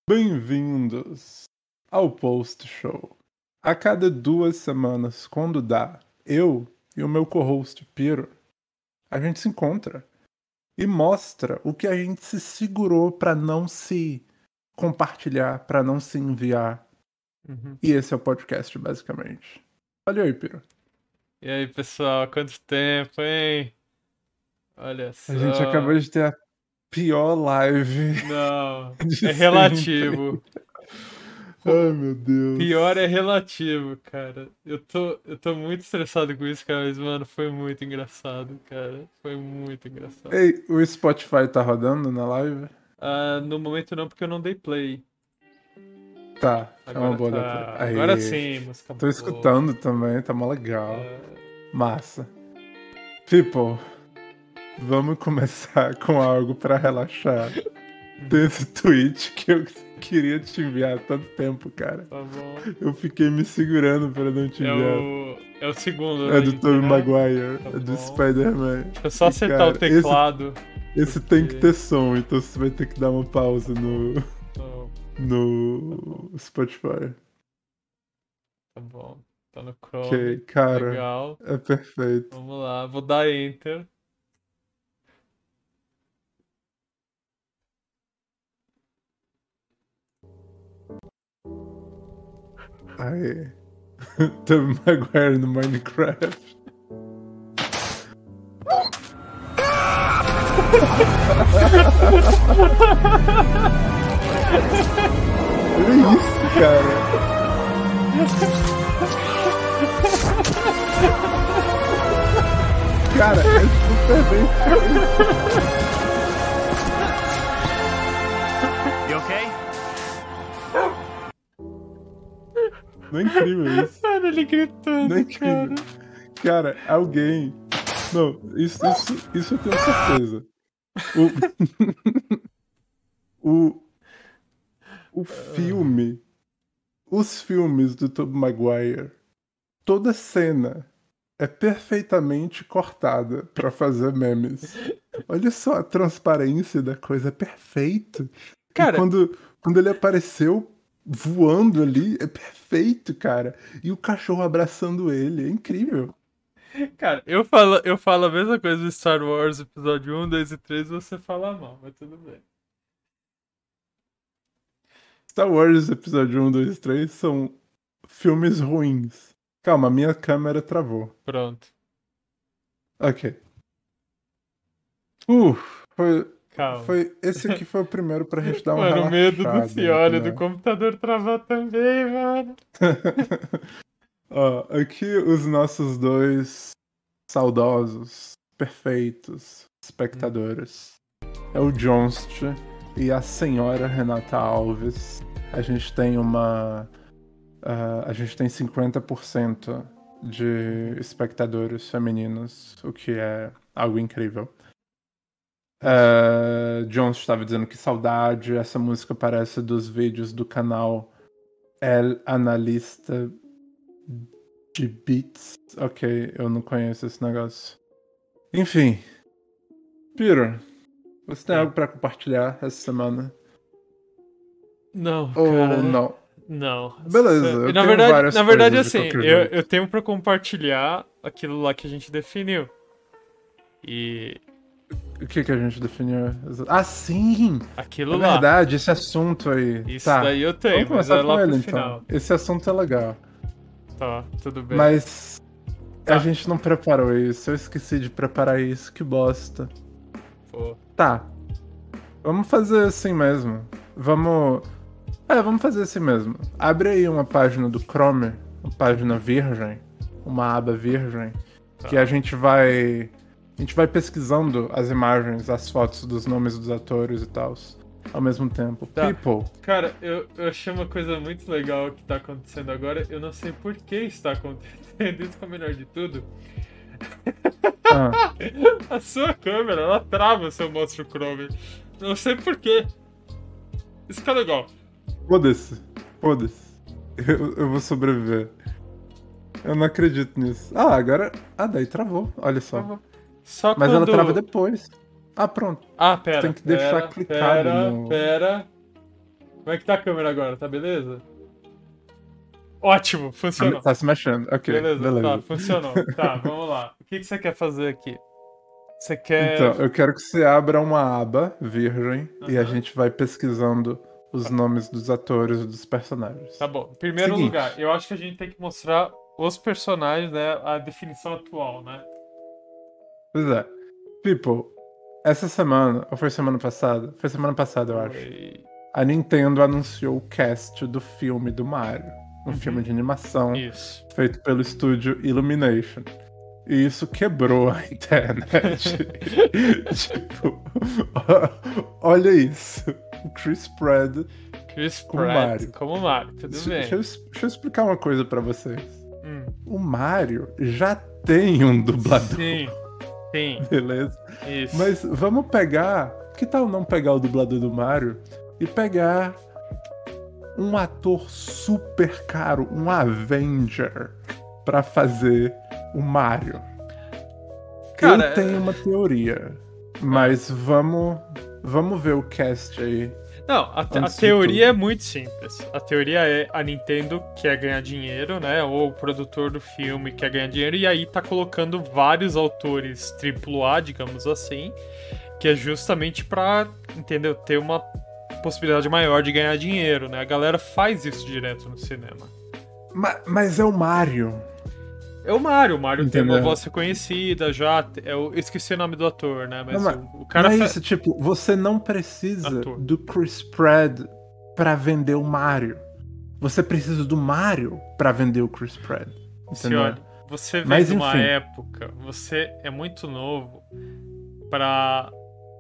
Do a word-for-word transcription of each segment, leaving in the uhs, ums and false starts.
Bem-vindos ao Post Show. A cada duas semanas, quando dá, eu e o meu co-host Piro, a gente se encontra e mostra o que a gente se segurou para não se compartilhar, para não se enviar. Uhum. E esse é o podcast, basicamente. Olha aí, Piro. E aí, pessoal, quanto tempo, hein? Olha só. A gente acabou de ter a pior live Não, de é sempre. relativo. Ai, meu Deus. Pior é relativo, cara. Eu tô, eu tô muito estressado com isso, cara, mas, mano, foi muito engraçado, cara. Foi muito engraçado. Ei, o Spotify tá rodando na live? Ah, no momento não, porque eu não dei play. Tá, é Agora uma boa tá. da play. Agora Aê. sim, música Tô boa. escutando também, tá mó legal. É, Massa. People, vamos começar com algo pra relaxar. Tem esse tweet que eu queria te enviar há tanto tempo, cara. Tá bom. Eu fiquei me segurando pra não te É enviar. o. É o segundo, É né? do Gente, Tobey né? Maguire, Tá é do bom. Spider-Man. Deixa eu só E, acertar cara, o teclado. Esse, esse porque- tem que ter som, então você vai ter que dar uma pausa no, Oh, no Spotify. tá bom. Tá no Chrome. Ok, cara, Legal. é perfeito. Vamos lá, vou dar Enter. Aê. Tobey Maguire no Minecraft. Olha isso, cara. Cara, é super bem feito. You okay? Não é incrível isso? Mano, ele gritando, Não é incrível. Cara, alguém... Não, isso, isso, isso eu tenho certeza. O... o... O filme... Os filmes do Tobey Maguire... Toda cena é perfeitamente cortada pra fazer memes. Olha só a transparência da coisa, é perfeito. Cara, E quando, quando ele apareceu voando ali, é perfeito, cara. E o cachorro abraçando ele, é incrível. cara, eu falo, eu falo a mesma coisa do Star Wars episódio um, dois e três, você fala mal, mas tudo bem. Star Wars episódio um, dois e três são filmes ruins. Calma, minha câmera travou. Pronto. Ok. Uh, foi, Calma. foi, esse aqui foi o primeiro pra gente dar uma Mano, o medo do relaxada, Cioli, né? do computador travar também, mano. Ó, aqui os nossos dois saudosos, perfeitos espectadores. É o Jonst e a senhora Renata Alves. A gente tem uma... Uh, a gente tem cinquenta por cento de espectadores femininos, o que é algo incrível. Uh, Jonst estava dizendo que saudade, essa música parece dos vídeos do canal El Analista de Beats. Ok, eu não conheço esse negócio. Enfim. Piro, você tem Sim. algo pra compartilhar essa semana? Não, Ou cara. não? Não. Beleza, eu na tenho verdade, várias na verdade coisas de assim, qualquer eu, jeito. eu tenho pra compartilhar aquilo lá que a gente definiu. E O que que a gente definiu? Ah, sim! aquilo É lá. verdade, esse assunto aí. Isso Tá. daí eu tenho, Vamos mas começar é com lá ele, pro então. final. Esse assunto é legal. Tá, tudo bem. Mas Tá. a gente não preparou isso. Eu esqueci de preparar isso. Que bosta. Pô. Tá. Vamos fazer assim mesmo. Vamos... É, vamos fazer assim mesmo. Abre aí uma página do Chrome, uma página virgem, uma aba virgem, Tá. que a gente vai... A gente vai pesquisando as imagens, as fotos dos nomes dos atores e tal, ao mesmo tempo. Tá. People. Cara, eu, eu achei uma coisa muito legal que tá acontecendo agora. Eu não sei por que está acontecendo. Isso que é o melhor de tudo. Ah. A sua câmera, ela trava se eu mostro o Chrome. Não sei por quê. Isso que é legal. Foda-se. Foda-se. Eu, eu vou sobreviver. Eu não acredito nisso. Ah, agora... Ah, daí travou. Olha só. Só Mas quando... ela trava depois. Ah, pronto. Ah, pera. Tem que deixar pera, clicado pera, no... Pera, Como é que tá a câmera agora? Tá beleza? Ótimo, funcionou. Tá se mexendo. Ok, Beleza, beleza. tá, funcionou. Tá, vamos lá. O que, que você quer fazer aqui? Você quer... Então, eu quero que você abra uma aba virgem e a Aham. gente vai pesquisando os nomes dos atores e dos personagens. Tá bom. Em primeiro Seguinte. lugar, eu acho que a gente tem que mostrar os personagens, né? A definição atual, né? Pois é. People, essa semana, ou foi semana passada? Foi semana passada, eu acho. Foi- A Nintendo anunciou o cast do filme do Mario. Um Uhum. filme de animação Isso. feito pelo estúdio Illumination. E isso quebrou a internet. Tipo, olha isso. O Chris Pratt Chris Como Pratt, Mario. como Mario, tudo Deixa, bem. deixa eu, deixa eu explicar uma coisa pra vocês. Hum, O Mario já tem um dublador, Sim, sim, beleza? isso. Mas vamos pegar... Que tal não pegar o dublador do Mario e pegar um ator super caro, um Avenger, pra fazer o Mario? Cara, eu tenho uma teoria, mas vamos, vamos ver o cast aí. Não, a, te- a Antes de teoria tudo. é muito simples. A teoria é a Nintendo quer ganhar dinheiro, né? Ou o produtor do filme quer ganhar dinheiro, e aí tá colocando vários autores triplo A, digamos assim, que é justamente pra, entendeu, ter uma possibilidade maior de ganhar dinheiro, né? A galera faz isso direto no cinema. Ma- mas é o Mario. É o Mario, o Mario tem uma Entendeu? voz reconhecida já, eu esqueci o nome do ator, né? Mas Não, mas- o, o cara Não é fa- isso, tipo, você não precisa Ator. do Chris Pratt pra vender o Mario. Você precisa do Mario pra vender o Chris Pratt. Se Entendeu? olha, você vem Mas, de uma enfim. época, você é muito novo pra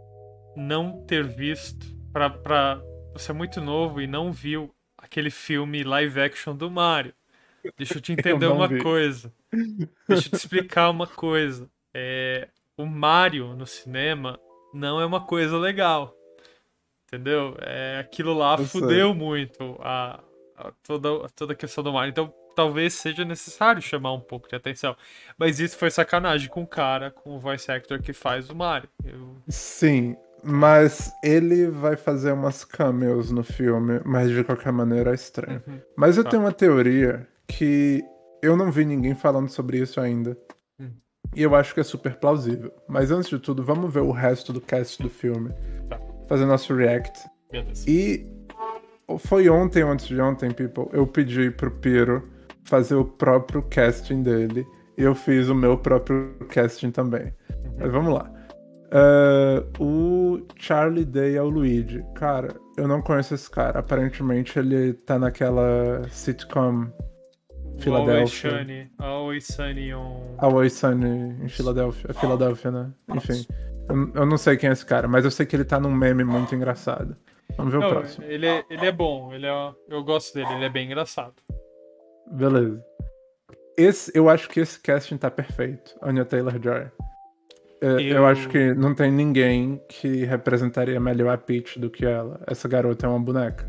não ter visto, pra, pra, você é muito novo e não viu aquele filme live action do Mario. Deixa eu te entender não uma vi. coisa. Deixa eu te explicar uma coisa. É, o Mario no cinema não é uma coisa legal. Entendeu? É, aquilo lá Eu fudeu muito a, a toda, toda a questão do Mario. Então talvez seja necessário chamar um pouco de atenção. Mas isso foi sacanagem com o cara, com o voice actor que faz o Mario. Eu- Sim, mas ele vai fazer umas cameos no filme, mas de qualquer maneira é estranho. Uhum. Mas eu Tá. tenho uma teoria que eu não vi ninguém falando sobre isso ainda. Hum. E eu acho que é super plausível. Mas antes de tudo, vamos ver o resto do cast do filme. Tá. Fazer nosso react. Beleza. E foi ontem ou antes de ontem, people, eu pedi pro Piro fazer o próprio casting dele. E eu fiz o meu próprio casting também. Mas vamos lá. Uh, o Charlie Day é o Luigi. Cara, eu não conheço esse cara. Aparentemente ele tá naquela sitcom Filadélfia. Always Sunny, Always Sunny on... Always Sunny em Filadélfia. É Filadélfia, né? Enfim. Eu, eu não sei quem é esse cara, mas eu sei que ele tá num meme muito engraçado. Vamos ver o Não, próximo. ele, é, ele é bom, ele é, eu gosto dele, ele é bem engraçado. Beleza. Esse, eu acho que esse casting tá perfeito. Anya Taylor-Joy. É, Eu... Eu- acho que não tem ninguém que representaria melhor a Peach do que ela. Essa garota é uma boneca.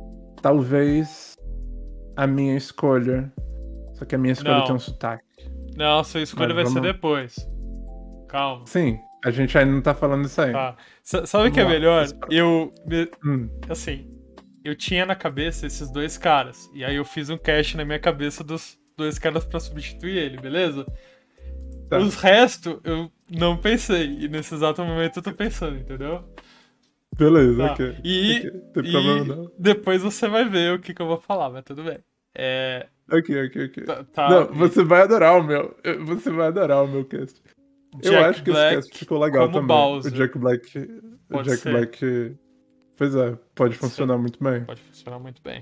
Talvez a minha escolha. Só que a minha escolha Não. tem um sotaque. Não, sua escolha Mas vai ser vamos- depois. Calma. Sim, a gente ainda não tá falando isso aí. Tá. S- sabe o que é Vamos lá. melhor? Eu, me- Hum, assim, eu tinha na cabeça esses dois caras. E aí eu fiz um cast na minha cabeça dos dois caras pra substituir ele, beleza? Tá. Os restos eu não pensei. E nesse exato momento eu tô pensando, entendeu? beleza, Tá. ok. E, Ok, Tem e problema não. depois você vai ver o que, que eu vou falar, mas tudo bem. É. Ok, ok, ok. Tá, tá, não, e- você vai adorar o meu. Você vai adorar o meu cast. eu Jack acho que Black esse cast ficou legal como também. Bowser. O Jack Black. O Pode Jack ser. Black. Pois é, pode funcionar muito bem. Pode funcionar muito bem.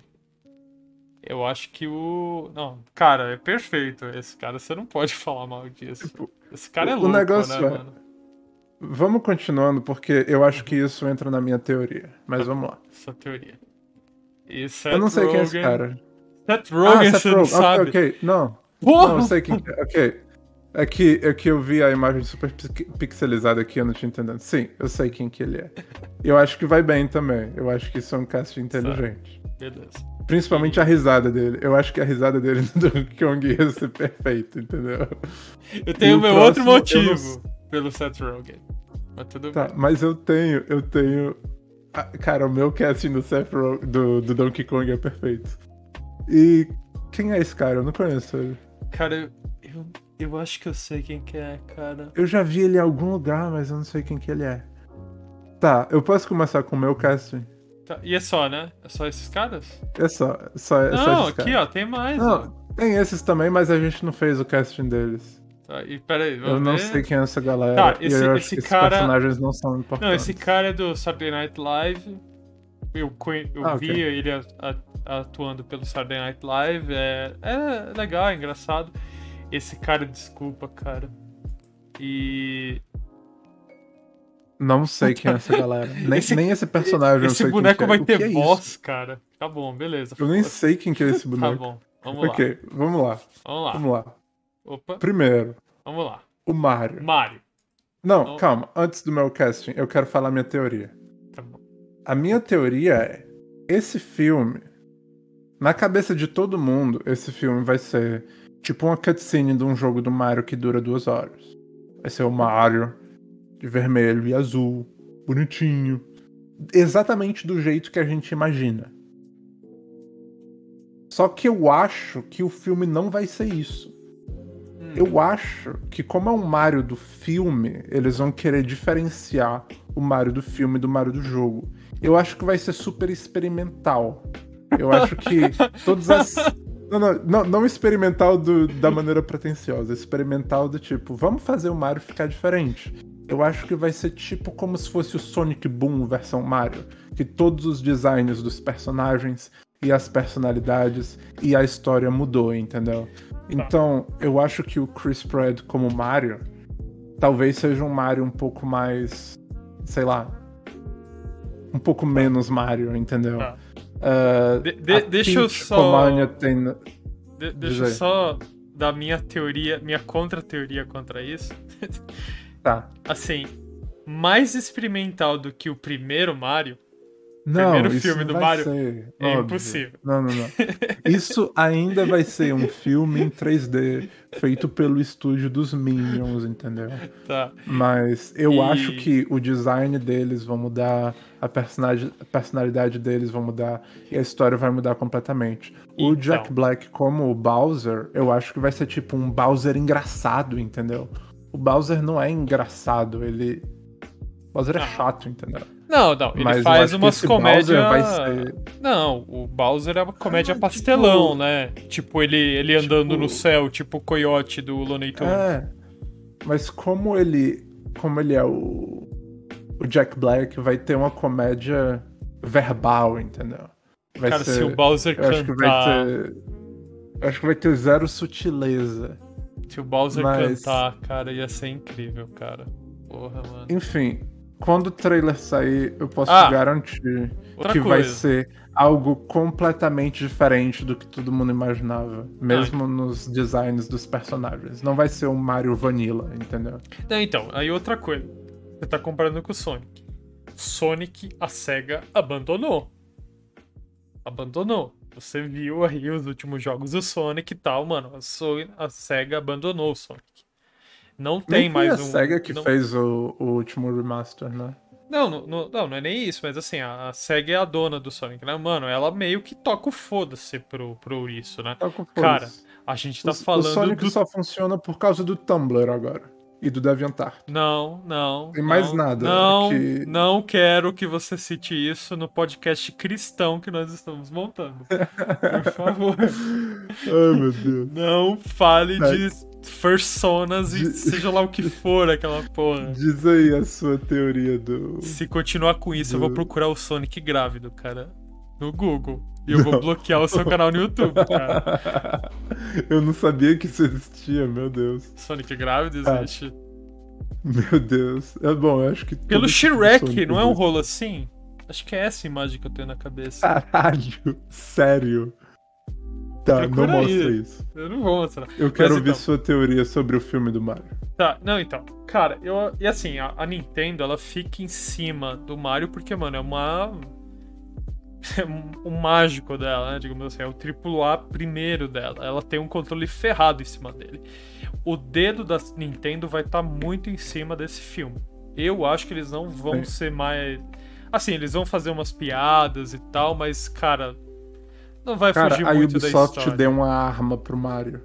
Eu acho que o. Não, cara, é perfeito. Esse cara, você não pode falar mal disso. Esse cara é o louco, negócio né, é- mano? Vamos continuando, porque eu acho que isso entra na minha teoria. Mas vamos lá. Essa teoria. E Seth Eu não sei quem é esse Rogen- cara. Seth Rogen, ah, Seth você não Rogen. sabe. Ok, ok. Não. Porra! Não, eu sei quem é. Ok. É que, é que eu vi a imagem super pi- pixelizada aqui, eu não tinha entendendo. Sim, eu sei quem que ele é. Eu acho que vai bem também. Eu acho que isso é um cast inteligente. Beleza. Principalmente a risada dele. Eu acho que a risada dele do Donkey Kong ia ser perfeita, entendeu? Eu tenho o meu outro próximo, eu motivo não- pelo Seth Rogen. Mas tudo Tá, bem. mas eu tenho, eu tenho Ah, cara, o meu casting do, Seth Ro- do, do Donkey Kong é perfeito. E quem é esse cara? Eu não conheço ele. Cara, eu, eu, eu acho que eu sei quem que é, cara. Eu já vi ele em algum lugar, mas eu não sei quem que ele é. Tá, eu posso começar com o meu casting? Tá, e é só, né? É só esses caras? É só, só, é só Não, esses aqui, caras. ó, tem mais, Não, ó. tem esses também, mas a gente não fez o casting deles. Tá, e peraí, vamos Eu não ver. sei quem é essa galera. Tá, e esse- eu acho esse que esses cara- personagens não são importantes. Não, esse cara é do Saturday Night Live. Eu, conhe- eu Ah, vi ok. ele a- a- atuando pelo Saturday Night Live. É, é legal, é engraçado. Esse cara, desculpa, cara. E. Não sei quem é essa galera. Nem Esse- esse, nem esse personagem eu Esse sei boneco quem que vai é. O ter que é voz, isso? cara. Tá bom, beleza. Eu nem foda-se. sei quem que é esse Tá boneco. bom, vamos lá. Ok, vamos lá. Vamos lá. Vamos lá. Opa, Primeiro, vamos lá. o Mario. Mario. Não, Oh. calma. Antes do meu casting, eu quero falar minha teoria. Tá bom. A minha teoria é: esse filme, na cabeça de todo mundo, esse filme vai ser tipo uma cutscene de um jogo do Mario que dura duas horas. Vai ser o Mario de vermelho e azul, bonitinho, exatamente do jeito que a gente imagina. Só que eu acho que o filme não vai ser isso. Hum. Eu acho que, como é um Mario do filme, eles vão querer diferenciar o Mario do filme do Mario do jogo. Eu acho que vai ser super experimental. Eu acho que todas as. Não, não, não, não experimental do- da maneira pretensiosa. Experimental do tipo, vamos fazer o Mario ficar diferente. Eu acho que vai ser tipo como se fosse o Sonic Boom versão Mario. Que todos os designs dos personagens e as personalidades e a história mudou, entendeu? Então, eu acho que o Chris Pratt como Mario talvez seja um Mario um pouco mais, sei lá, um pouco menos Mario, entendeu? Tá. Uh, De- de- a deixa eu Peach só- como a Anya tem... De- Diz deixa eu aí. só dar minha teoria, minha contra-teoria contra isso. Tá. Assim, mais experimental do que o primeiro Mario, Não, primeiro isso filme não do vai Mario ser, é óbvio. impossível. Não, não, não. Isso ainda vai ser um filme em três D feito pelo estúdio dos Minions, entendeu? tá. Mas eu E- acho que o design deles vai mudar, a, personagem, a personalidade deles vai mudar e a história vai mudar completamente. O Então. Jack Black como o Bowser, eu acho que vai ser tipo um Bowser engraçado, entendeu? O Bowser não é engraçado, ele... O Bowser é Ah. chato, entendeu? Não, não, ele Mas eu faz acho que umas esse comédias. Bowser vai ser- Não, o Bowser é uma comédia Ah, pastelão, tipo- né? Tipo, ele, ele andando Tipo- no céu, tipo o coiote do Looney Tunes. É, mas como ele, como ele é o, o Jack Black, vai ter uma comédia verbal, entendeu? Vai Cara, ser, se o Bowser eu acho que vai cantar. ter, eu acho que vai ter zero sutileza. Se o Bowser mas- cantar, cara, ia ser incrível, cara. Porra, mano. Enfim, quando o trailer sair, eu posso Ah, garantir outra que vai coisa. ser algo completamente diferente do que todo mundo imaginava, mesmo nos designs dos personagens. Não vai ser um Mario Vanilla, entendeu? Não, então, aí outra coisa. Você tá comparando com o Sonic. Sonic, a SEGA abandonou. Abandonou. Você viu aí os últimos jogos do Sonic e tal, mano. A, So- a SEGA abandonou o Sonic. Não tem Nem foi mais a um. SEGA que não... fez o, o último remaster, né? Não, não, não, não, não é nem isso, mas assim, a, a SEGA é a dona do Sonic, né? Mano, ela meio que toca o foda-se pro, pro isso, né? Tá com Cara, foda-se. a gente tá o, falando o Sonic do... só funciona por causa do Tumblr agora. E do DeviantArt. Não, não. Tem mais não, nada Não, que- não quero que você cite isso no podcast cristão que nós estamos montando. Por favor. Ai, meu Deus. Não fale Vai. de personas e De- seja lá o que for aquela porra. Diz aí a sua teoria do... Se continuar com isso, eu vou Do- procurar o Sonic grávido, cara. No Google. E eu vou Não. bloquear o seu canal no YouTube, cara. Eu não sabia que isso existia, meu Deus. Sonic grávido Ah, existe. Meu Deus. É bom, eu acho que... Pelo todo tipo de Shrek, Sonic não é um existe. rolo assim? Acho que é essa imagem que eu tenho na cabeça. Caralho, sério. Tá, Procura não aí. mostra isso. Eu não vou mostrar. Eu quero Mas ouvir então. sua teoria sobre o filme do Mario. Tá, não, então. Cara, eu. E assim, a, a Nintendo, ela fica em cima do Mario porque, mano, é uma. É um, um mágico dela, né? Digamos assim, é o triplo A primeiro dela. Ela tem um controle ferrado em cima dele. O dedo da Nintendo vai estar muito em cima desse filme. Eu acho que eles não vão Sim. ser mais. Assim, eles vão fazer umas piadas e tal, mas, cara, não vai Cara, fugir a muito da Ubisoft história. deu uma arma pro Mario.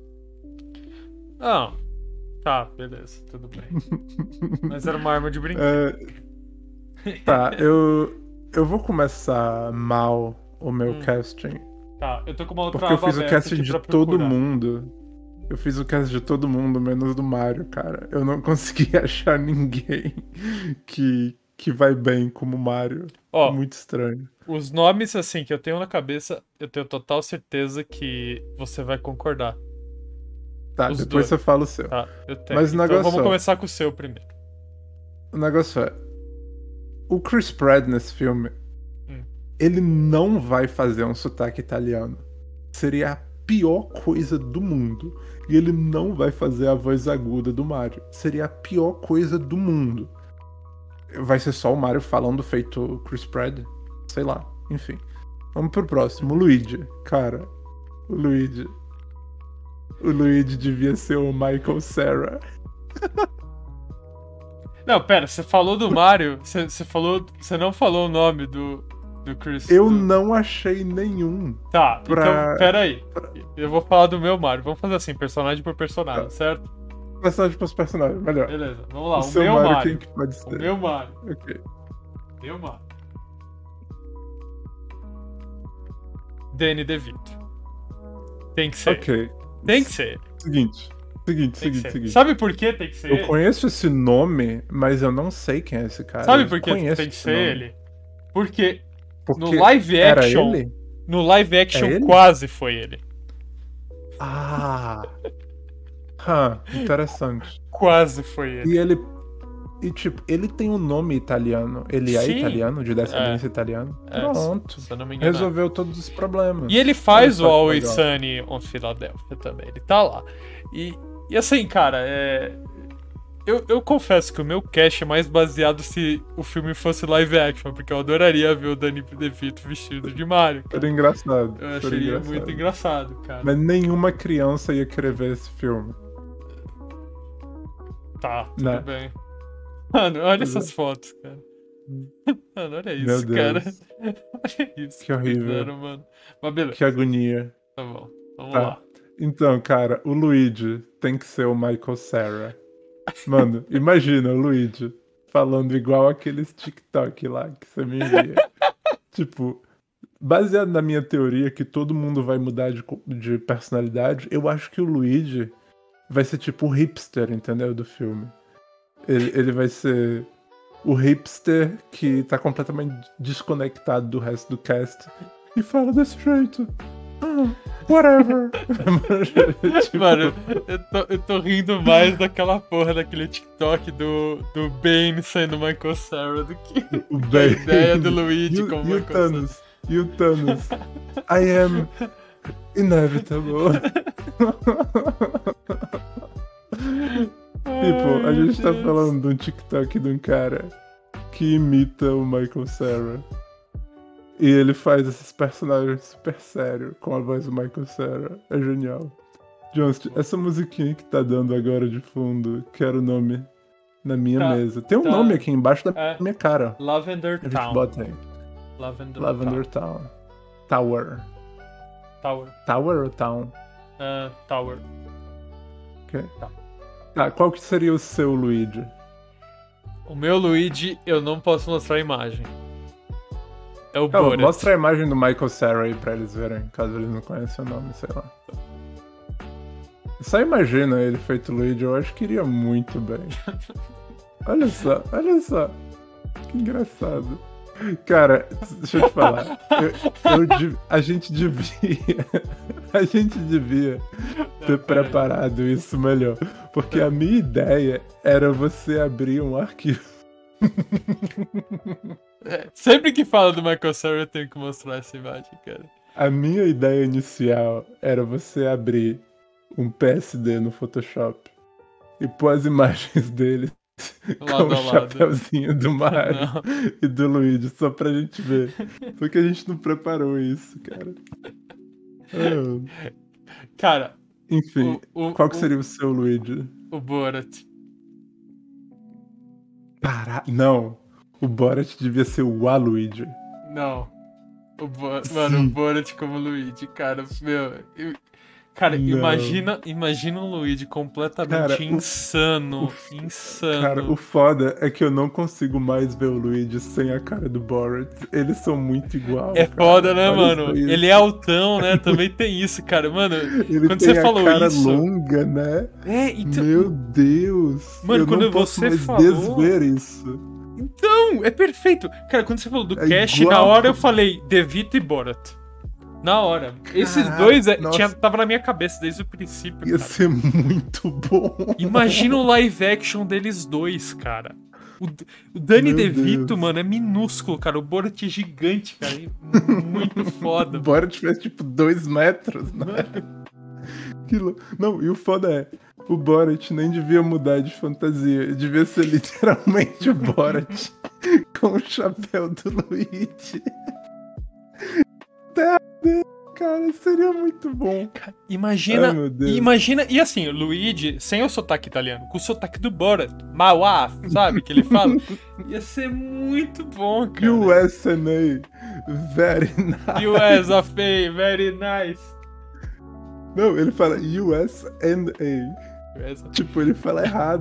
Ah, tá, beleza, tudo bem. Mas era uma arma de brinquedo. É, tá, eu, eu vou começar mal o meu Hum. casting. Tá, eu tô com uma outra Porque eu aba fiz o aberta casting aqui de pra todo procurar. mundo. Eu fiz o cast de todo mundo, menos do Mario, cara. Eu não consegui achar ninguém que, que vai bem como Mario. Ó, Muito estranho. os nomes, assim, que eu tenho na cabeça, eu tenho total certeza que você vai concordar. Tá, Os depois dois. você fala o seu. Tá, eu tenho. Mas o Então negócio vamos é- começar com o seu primeiro. O negócio é. O Chris Pratt nesse filme, Hum. ele não vai fazer um sotaque italiano. Seria a pior coisa do mundo. E ele não vai fazer a voz aguda do Mario. Seria a pior coisa do mundo. Vai ser só o Mario falando feito Chris Pratt? Sei lá. Enfim. Vamos pro próximo. O Luigi. Cara, o Luigi. O Luigi devia ser o Michael Cera. Não, pera, você falou do Mario, você, você falou. Você não falou o nome do, do Chris. Eu do... não achei nenhum. Tá, pra- então, pera aí. Eu vou falar do meu Mario. Vamos fazer assim, personagem por personagem, Tá. certo? Personagem pros personagens, melhor. Beleza, vamos lá. O O, seu meu Mario, Mario. quem que pode O ser? meu Mario. Ok. Meu Mario. Danny DeVito. Tem que ser. Ok. Tem que ser. Seguinte. Seguinte, Tem que seguinte, ser. seguinte. Sabe por que tem que ser Eu ele? conheço esse nome, mas eu não sei quem é esse cara. Sabe Eu por que conheço tem que esse ser nome. ele? Porque Porque no live era action. ele? No live action É ele? quase foi ele. Ah. Hã, interessante. Quase foi ele. E ele. E tipo, ele tem um nome italiano. Ele é Sim. italiano, de descendência É. italiana? É, Pronto. se eu não me engano. Resolveu todos os problemas. E ele faz o Olha só que Always legal. Sunny on Philadelphia também. Ele tá lá. E, e assim, cara, é. Eu, eu confesso que o meu cast é mais baseado se o filme fosse live action, porque eu adoraria ver o Danny DeVito vestido de Mario. Cara. Era engraçado. Eu Era acharia engraçado. muito engraçado, cara. Mas nenhuma criança ia querer ver esse filme. Tá, tudo Né? bem. Mano, olha Pois essas é. fotos, cara. Mano, olha Meu isso, cara. Deus. Olha isso Que horrível. fizeram, mano. Mas beleza, Que agonia. tá bom. Vamos Tá. lá. Então, cara, o Luigi tem que ser o Michael Cera. Mano, imagina o Luigi falando igual aqueles TikTok lá que você me envia. Tipo, baseado na minha teoria que todo mundo vai mudar de, co- de personalidade, eu acho que o Luigi vai ser tipo o hipster, entendeu? Do filme. Ele, ele vai ser o hipster que tá completamente desconectado do resto do cast e fala desse jeito. Ah, whatever. Tipo, Mano, eu tô, eu tô rindo mais daquela porra daquele TikTok do, do Bane sendo Michael Cera do que o a Bane. ideia do Luigi E o- como e o Michael Cera. Thanos? E o Thanos? I am inevitable. Tipo, a gente tá falando de um TikTok de um cara que imita o Michael Cera. E ele faz esses personagens super sérios com a voz do Michael Cera. É genial. Johnston, essa musiquinha que tá dando agora de fundo, que era o nome na minha Tá, mesa. Tem um tá. nome aqui embaixo da É. minha cara. Lavender A gente Town. bota aí. Lavender, Lavender Town. Tower. Town. Tower. Tower ou Town? Ah, Tower. Ok. Tá. Tá, qual que seria o seu Luigi? O meu Luigi, eu não posso mostrar a imagem. É o Calma, Borat. mostra a imagem do Michael Cera aí pra eles verem, caso eles não conheçam o nome, sei lá. Só imagina ele feito Luigi, eu acho que iria muito bem. Olha só, olha só. Que engraçado. Cara, deixa eu te falar. Eu, eu de- a gente devia. A gente devia ter Não, peraí. preparado isso melhor. Porque a minha ideia era você abrir um arquivo. É, sempre que fala do Michael Cera, eu tenho que mostrar essa imagem, cara. A minha ideia inicial era você abrir um P S D no Photoshop e pôr as imagens dele Lado com o a lado. chapéuzinho do Mario Não. e do Luigi, só pra gente ver. Porque a gente não preparou isso, cara. Ah, Cara, enfim, o, o, qual que o- seria o seu Luigi? o Borat. Caralho, não. O Borat devia ser o Waluigi. Não. O Bo... Mano, o Borat como Luigi, cara, meu... Eu... Cara, Não. imagina, imagina um Luigi completamente Cara, o- insano, o- insano. Cara, o foda é que eu não consigo mais ver o Luigi sem a cara do Borat. Eles são muito igual. É cara. foda, né, Olha mano? só isso. Ele é altão, né? Também tem isso, cara. Mano, Ele quando tem você a falou cara isso... longa, né? É, então... Meu Deus. Mano, eu quando não posso você mais falou- desver isso. Então, é perfeito. Cara, quando você falou do É Cash, igual. na hora eu falei De Vito e Borat. Na hora. Esses Caraca, dois é, nossa. tinha, tava na minha cabeça desde o princípio, Ia cara. ser muito bom. Imagina o live action deles dois, cara. O, D- o Danny Meu DeVito, Deus. mano, é minúsculo, cara. O Borat é gigante, cara. É muito O foda. Borat faz tipo dois metros, né? Que lou- Não, e o foda é, o Borat nem devia mudar de fantasia. Devia ser literalmente o Borat com o chapéu do Luigi. Tá, cara, seria muito bom. Imagina, Ai, meu Deus. imagina, e assim, o Luigi, sem o sotaque italiano, com o sotaque do Borat, Mauá, sabe, que ele fala, ia ser muito bom, cara. U S N A, very nice. U S of A, very nice. Não, ele fala U S and A. U S of A. Tipo, ele fala errado.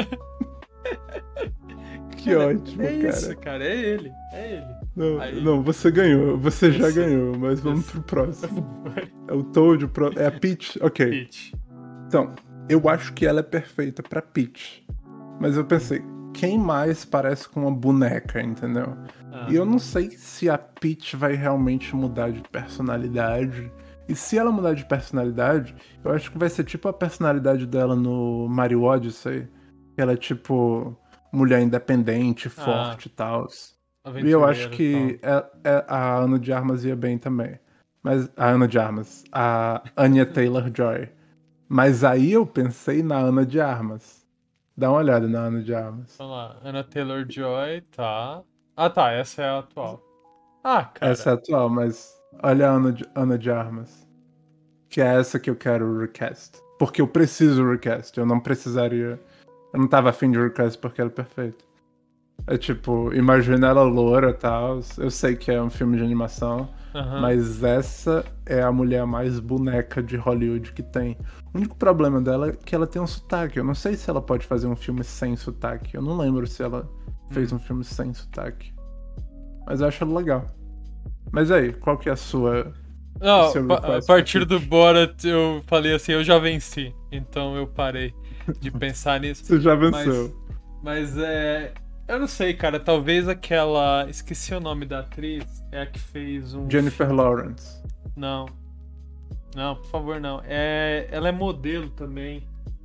Que Cara, ótimo, é cara. isso, cara, é ele, é ele. Não, Aí- não, você ganhou, você já Esse- ganhou, mas vamos esse- pro próximo. É o Toad, o pro... é a Peach? Ok. Peach. Então, eu acho que ela é perfeita pra Peach. Mas eu pensei, quem mais parece com uma boneca, entendeu? Ah. E eu não sei se a Peach vai realmente mudar de personalidade. E se ela mudar de personalidade, eu acho que vai ser tipo a personalidade dela no Mario Odyssey. Que ela é tipo mulher independente, forte e tal. E eu acho que é- é- a Ana de Armas ia bem também. Mas a Ana de Armas, a Anya Taylor-Joy. Mas aí eu pensei na Ana de Armas. Dá uma olhada na Ana de Armas. Vamos lá, Anna Taylor-Joy, tá. Ah, tá, essa é a atual. Ah, cara. Essa é a atual, mas olha a Ana de, Ana de Armas. Que é essa que eu quero recast. Porque eu preciso recast. Eu não precisaria. Eu não tava afim de recast porque ela é perfeita. É tipo, imagina ela loura e tal. Eu sei que é um filme de animação. Aham. Mas essa é a mulher mais boneca de Hollywood que tem. O único problema dela é que ela tem um sotaque. Eu não sei se ela pode fazer um filme sem sotaque. Eu não lembro se ela fez um filme sem sotaque. Mas eu acho ela legal. Mas aí, qual que é a sua... Não, seu pa- a request partir pra do Borat eu falei assim, eu já venci. Então eu parei de pensar nisso. Você já venceu. Mas é. Eu não sei, cara. Talvez aquela. Esqueci o nome da atriz. É a que fez um. Jennifer Lawrence. Não. Não, por favor, não. É... Ela é modelo também.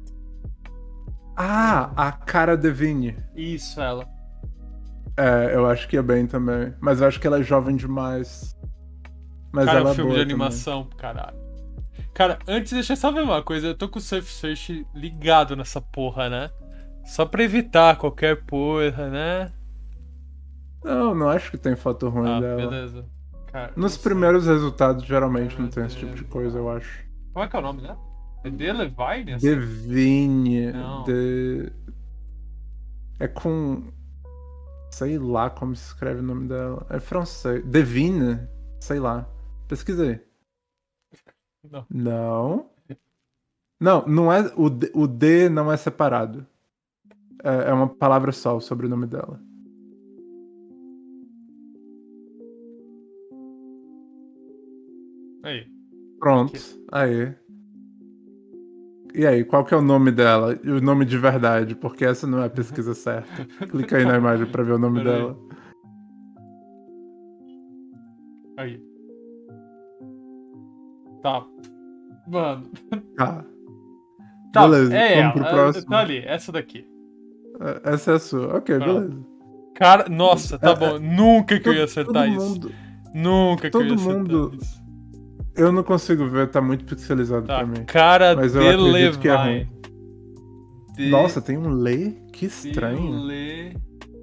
Ah, a Cara Delevingne. Isso, ela. É, eu acho que é bem também. Mas eu acho que ela é jovem demais. Mas Cara, ela é um é filme boa de animação, caralho. Cara, antes deixa eu só ver uma coisa. Eu tô com o Surf Search ligado nessa porra, né? Só pra evitar qualquer porra, né? também. Não, não acho que tem foto ruim Ah, dela. beleza. Cara, Nos não sei. primeiros resultados, geralmente, Ai, não tem meu esse tipo Deus. de coisa, eu acho. Como é que é o nome dela? É Delevine? Assim? Devigne. Não. De... É com. Sei lá como se escreve o nome dela. É francês. Devine? Sei lá. Pesquisei. Não. Não. Não, não é. O D, o D não é separado. É, é uma palavra só o sobrenome dela. Aí. Pronto. Aí. E aí, qual que é o nome dela? E o nome de verdade, porque essa não é a pesquisa certa. Clica aí na imagem pra ver o nome Pera aí. dela. Aí. Tá. Mano. Tá. Tá, Beleza, é vamos pro ela. próximo. Tá ali, essa daqui. É, essa é a sua. Ok, Pronto. beleza. Cara, nossa, tá É, bom. Nunca que eu ia Todo- acertar todo isso. mundo- Nunca que eu ia todo acertar mundo- isso. Eu não consigo ver, tá muito pixelizado Tá, pra mim. cara Mas eu de acredito que é Levine. De Nossa, tem um Lê? Que estranho. Levine.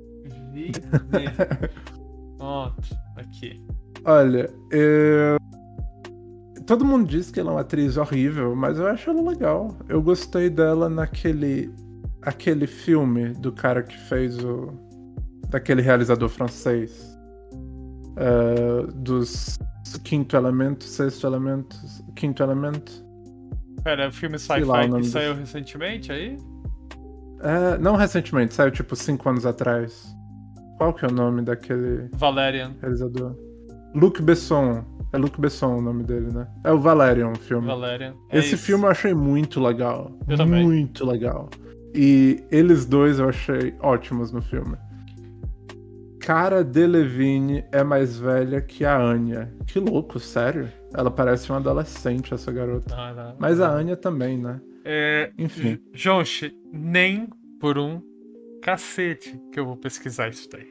Pronto, aqui. Olha, eu... todo mundo diz que ela é uma atriz horrível, mas eu acho ela legal. Eu gostei dela naquele aquele filme do cara que fez o daquele realizador francês. Uh, dos Quinto Elemento, Sexto Elemento, Quinto Elemento. Pera, é um filme Sei lá o sci-fi que nome saiu desse. recentemente aí? É, não recentemente, saiu tipo cinco anos atrás. Qual que é o nome daquele Valerian. realizador? Luc Besson. É Luc Besson o nome dele, né? É o Valerian o filme. Valerian. É Esse isso. filme eu achei muito legal. Eu também. Muito legal. E eles dois eu achei ótimos no filme. Cara Delevingne é mais velha que a Anya. Que louco, sério? Ela parece uma adolescente, essa garota. Não, não, Mas a não. Anya também, né? É, Enfim. Jonche, nem por um cacete que eu vou pesquisar isso daí.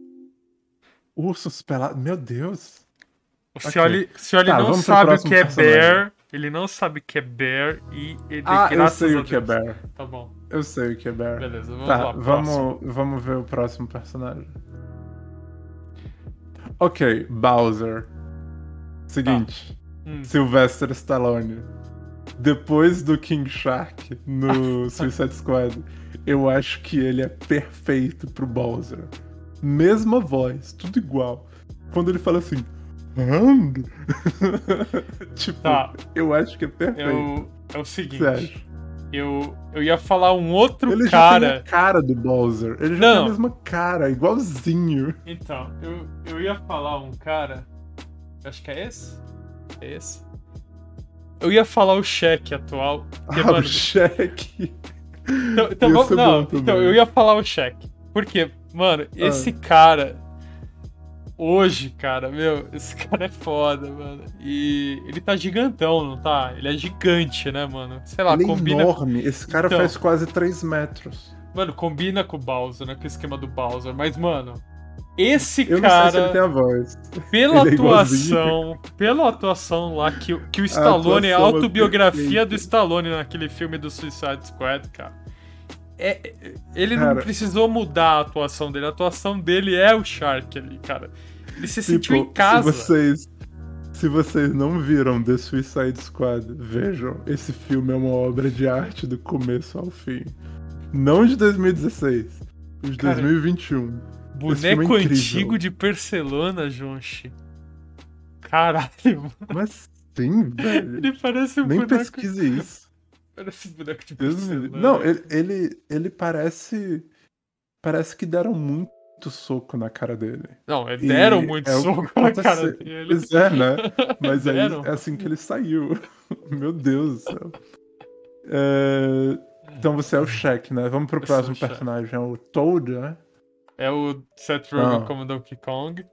Ursos pelados. Meu Deus. O Ok. Cioli, o Cioli Tá, não vamos pro sabe o próximo que é personagem. bear. Ele não sabe o que é bear e ele, Ah, eu graças sei a o que é Deus. Bear. Tá bom, Eu sei o que é Bear. beleza, vamos Tá, lá. próximo. vamos, vamos ver o próximo personagem. Ok, Bowser. Seguinte, Hum. Sylvester Stallone. Depois do King Shark no Suicide Squad, eu acho que ele é perfeito pro Bowser. Mesma voz, tudo igual. Quando ele fala assim, "Ando?" tipo, Tá. eu acho que é perfeito. Eu, é o O que você seguinte, acha? eu, eu ia falar um outro Ele já tem cara. a cara do Bowser. Ele já Não. tem a mesma cara, igualzinho. Então, eu, eu ia falar um cara. Acho que é esse? É esse? Eu ia falar o Shaq atual. Porque, Ah, mano, o Shaq. então, então, Ia vamos, ser não, bom também. então, eu ia falar o Shaq. Porque, mano, esse cara. Hoje, cara, meu, esse cara é foda, mano. E ele tá gigantão, não tá? Ele é gigante, né, mano? Sei lá, Ele combina. é enorme. Esse cara Então. faz quase três metros. Mano, combina com o Bowser, né? Com o esquema do Bowser. Mas, mano, esse Eu não sei se ele cara. tem a voz. Pela Ele é igualzinho. atuação, pela atuação lá que, o- que o Stallone, a, atuação é autobiografia perfeita. do Stallone naquele filme do Suicide Squad, cara. É, é- ele não Cara. precisou mudar a atuação dele, a atuação dele é o Shark ali, cara. Ele se sentiu Tipo, em casa. Se vocês, se vocês não viram The Suicide Squad, vejam. Esse filme é uma obra de arte do começo ao fim. Não de dois mil e dezesseis, de Cara, dois mil e vinte e um. Esse filme Boneco é incrível. antigo de Barcelona, Jonchi. Caralho, mano. Mas sim, velho. Ele parece um Nem boneco. pesquise isso. Parece um boneco de Deus me livre. Barcelona. Não, ele, ele, ele parece. Parece que deram muito soco na cara dele. Não, E deram muito é o que soco na cara aconteceu. dele. Pois é, né? Mas aí Deram. é assim que ele saiu. Meu Deus do céu. É, Então você é o Shaq, né? Vamos pro Eu sou próximo o Shaq. personagem. É o Toad, né? É o Seth Rogen Ah. como Donkey Kong.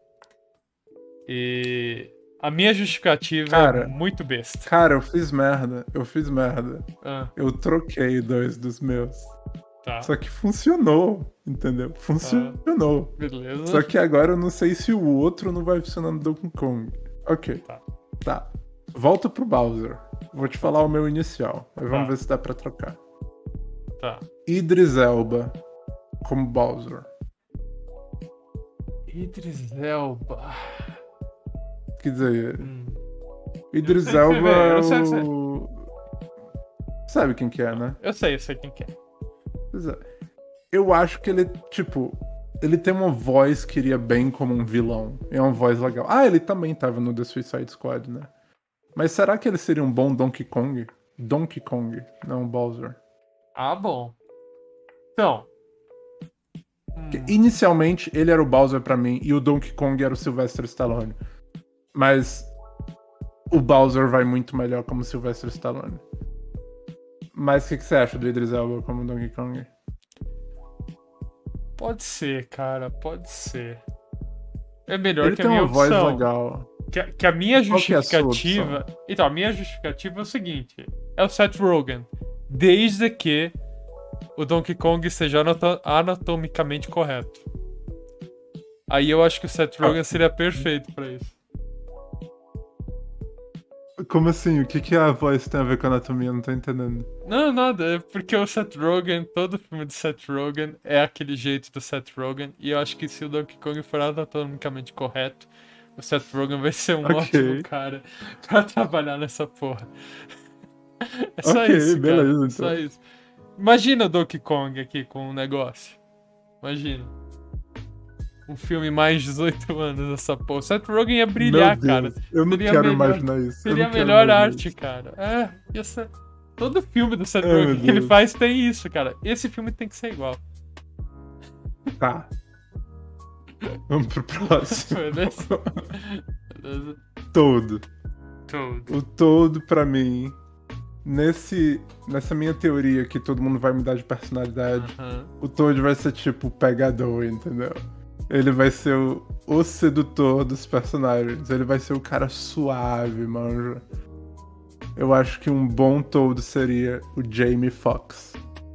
E a minha justificativa Cara. é muito besta. Cara, eu fiz merda. Eu fiz merda. Ah, Eu troquei dois dos meus. tá, Só que funcionou, entendeu? Funcionou. beleza. Só que agora eu não sei se o outro não vai funcionar no Donkey Kong. Ok. Tá. Tá. Volta pro Bowser. Vou te falar o meu inicial. Aí vamos Tá. ver se dá pra trocar. Tá. Idris Elba como Bowser. Idris Elba. Quer dizer, Hum. Idris Eu sei que você Elba vê, é eu sei, eu sei. o... Sabe quem que é, né? Eu sei, eu sei quem que é. Pois é. Eu acho que ele, tipo... Ele tem uma voz que iria bem como um vilão. É uma voz legal. Ah, ele também tava no The Suicide Squad, né? Mas será que ele seria um bom Donkey Kong? Donkey Kong, não Bowser. Ah, bom. Então. Hum, Porque inicialmente ele era o Bowser pra mim e o Donkey Kong era o Sylvester Stallone. Mas o Bowser vai muito melhor como Sylvester Stallone. Mas o que, que você acha do Idris Elba como Donkey Kong? Pode ser, cara, pode ser. É melhor Ele que tem a minha uma voz opção. legal. Que, a- que a minha Qual que é a sua justificativa. Então, a minha justificativa é o seguinte: é o Seth Rogen. Desde que o Donkey Kong seja anato- anatomicamente correto. Aí eu acho que o Seth Rogen seria perfeito pra isso. Como assim? O que, que a voz tem a ver com a anatomia? Eu não tô entendendo. Não, nada, é porque o Seth Rogen, todo filme do Seth Rogen é aquele jeito do Seth Rogen. E eu acho que se o Donkey Kong for anatomicamente correto, o Seth Rogen vai ser um Ok. ótimo cara pra trabalhar nessa porra. É só Ok, isso, cara. beleza, então. Só isso. Imagina o Donkey Kong aqui com um negócio. Imagina. um filme mais dezoito anos essa porra. O Seth Rogen ia brilhar, Meu cara. Deus, eu não Seria quero melhor- imaginar isso. eu Seria a não quero melhor imaginar arte, isso. cara. É, ia ser... Todo filme do Seth Ai, meu Rogen que ele Deus. faz tem isso, cara. Esse filme tem que ser igual. Tá. Vamos pro próximo. Beleza? Beleza? Todo. Tudo. O todo, pra mim, nesse, nessa minha teoria que todo mundo vai mudar de personalidade, Aham. o Toad vai ser tipo o pegador, entendeu? Ele vai ser o, o sedutor dos personagens. Ele vai ser o cara suave, manja. Eu acho que um bom Toad seria o Jamie Foxx.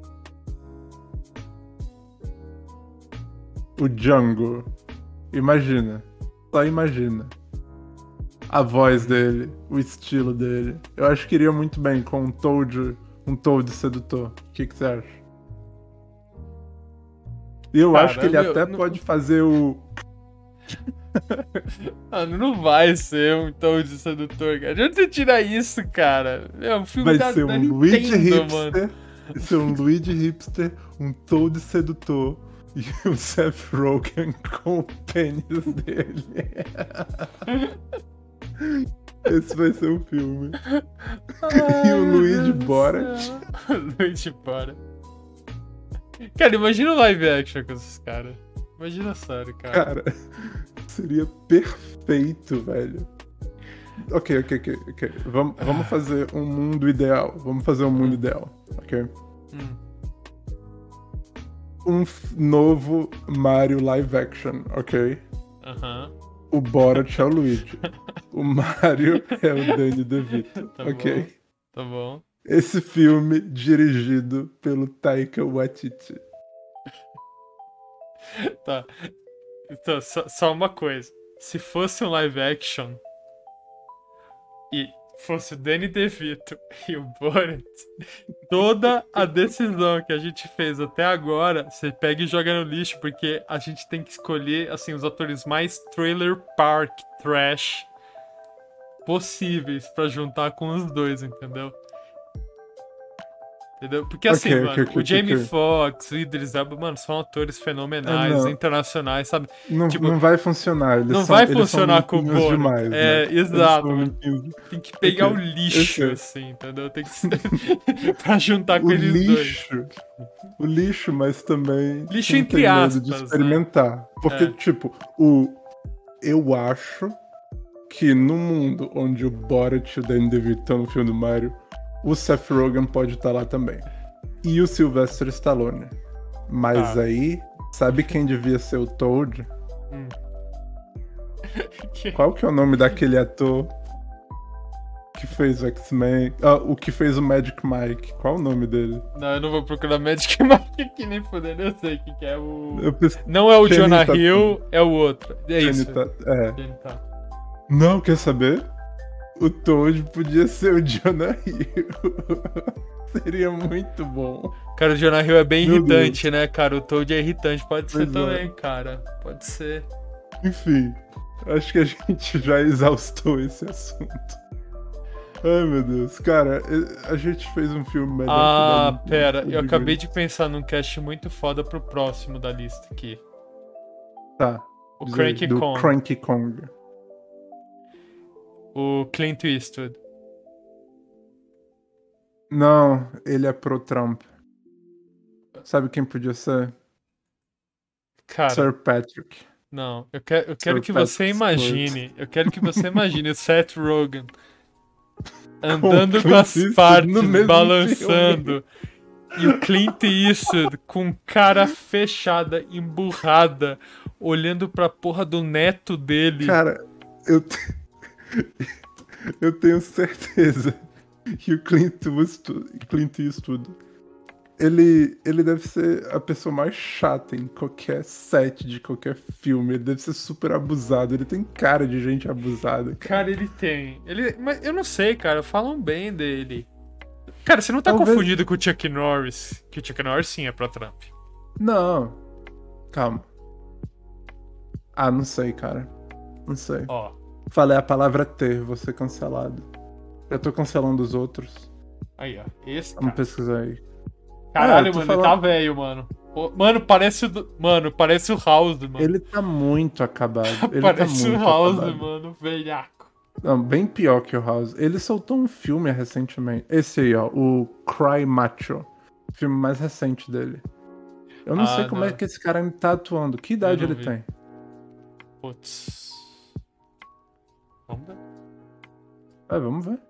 O Django. Imagina. Só imagina. A voz dele, o estilo dele. Eu acho que iria muito bem com um Toad, um Toad sedutor. O que, que você acha? E eu Cara, acho que ele meu, até não- pode fazer o. Mano, não vai ser um Toad sedutor, cara. De onde você tira isso, cara? É um filme Vai da, ser da um Luigi Nintendo, mano. hipster. Vai ser um Luigi hipster, um Toad sedutor e o Seth Rogen com o pênis dele. Esse vai ser o filme. Ai, E o meu Luigi Deus do Borat. céu. Luigi Borat. Cara, imagina o live action com esses caras. Imagina sério, cara. Cara, seria perfeito, velho. Ok, ok, ok, ok. Vamos, vamos fazer um mundo ideal. Vamos fazer um mundo ideal, ok? Hum. Um f- novo Mario live action, ok? Aham. O Borat é o Luigi. O Mario é o Danny DeVito, Tá ok? bom. Tá bom. Esse filme dirigido pelo Taika Waititi. Tá. Então, só, só uma coisa. Se fosse um live action e fosse o Danny DeVito e o Borat, toda a decisão que a gente fez até agora, você pega e joga no lixo, porque a gente tem que escolher, assim, os atores mais trailer park trash possíveis pra juntar com os dois, entendeu? Entendeu? Porque assim, Ok, ok, mano, ok, o Jamie ok. Foxx, o Idris Elba, mano, são atores fenomenais, Ah, não. internacionais, sabe? Não, Tipo, não vai funcionar. Eles não são, vai eles funcionar são com o limpinhos Borat. demais, É, né? Eles exato, são mano. limpinhos. Tem que pegar Ok, o lixo, ok. assim, entendeu? Tem que ser... pra juntar com O eles dois. lixo. O lixo, mas também. Lixo quem entre tem medo aspas, de né? experimentar. Porque, É. tipo, o. Eu acho que no mundo onde o Borat e o Danny DeVito estão no filme do Mario, o Seth Rogen pode estar lá também. E o Sylvester Stallone. Mas Tá. aí, sabe quem devia ser o Toad? Hum. Qual que é o nome daquele ator que fez o X-Men? Ah, o que fez o Magic Mike. Qual o nome dele? Não, eu não vou procurar Magic Mike aqui nem fodendo, eu sei quem que é o... Eu pens- Não é o Channing Jonah Tatum. Hill, é o outro. É isso. Channing Tatum, é. Channing Tatum. Não, quer saber? O Toad podia ser o Jonah Hill. Seria muito bom. Cara, o Jonah Hill é bem Meu irritante, né, cara? O Toad é irritante. Pode ser Pois é. também, cara. Pode ser. Enfim, acho que a gente já exaustou esse assunto. Ai, meu Deus. Cara, a gente fez um filme melhor Ah, que o da- pera. o Eu de acabei Grinch. de pensar num cast muito foda pro próximo da lista aqui. Tá. O diz Cranky aí, do Kong. Cranky Kong. O Clint Eastwood. Não, ele é pro Trump. Sabe quem podia ser? Cara, Sir Patrick. não. Eu quero, eu quero Sir que você Patrick imagine. Eu quero que você imagine o Seth Rogen andando com, Clint as Eastwood partes no mesmo balançando. E o Clint Eastwood com cara fechada, emburrada, olhando pra porra do neto dele. Cara, eu, te- eu tenho certeza que o Clint Eastwood, Clint Eastwood ele, ele deve ser a pessoa mais chata em qualquer set de qualquer filme. Ele deve ser super abusado. Ele tem cara de gente abusada. Cara, ele tem. Ele, mas eu não sei, cara. Falam bem dele. Cara, você não tá Talvez- confundido com o Chuck Norris? Que o Chuck Norris sim é pra Trump. Não. Calma. Ah, não sei, cara. Não sei. Ó. Falei a palavra ter, vou ser cancelado. Eu tô cancelando os outros. Aí, ó. Esse Vamos cara. pesquisar aí. Caralho, Ah, eu tô mano, ele falando- tá velho, mano. Pô, mano, parece o. do- Mano, parece o House, mano. Ele tá muito acabado. Ele parece tá muito o House, acabado. mano, velhaco. Não, bem pior que o House. Ele soltou um filme recentemente. Esse aí, ó, o Cry Macho. O filme mais recente dele. Eu não Ah, sei como não. é que esse cara ainda tá atuando. Que idade não ele vi. tem? Putz. Vamos ver. É, vamos ver.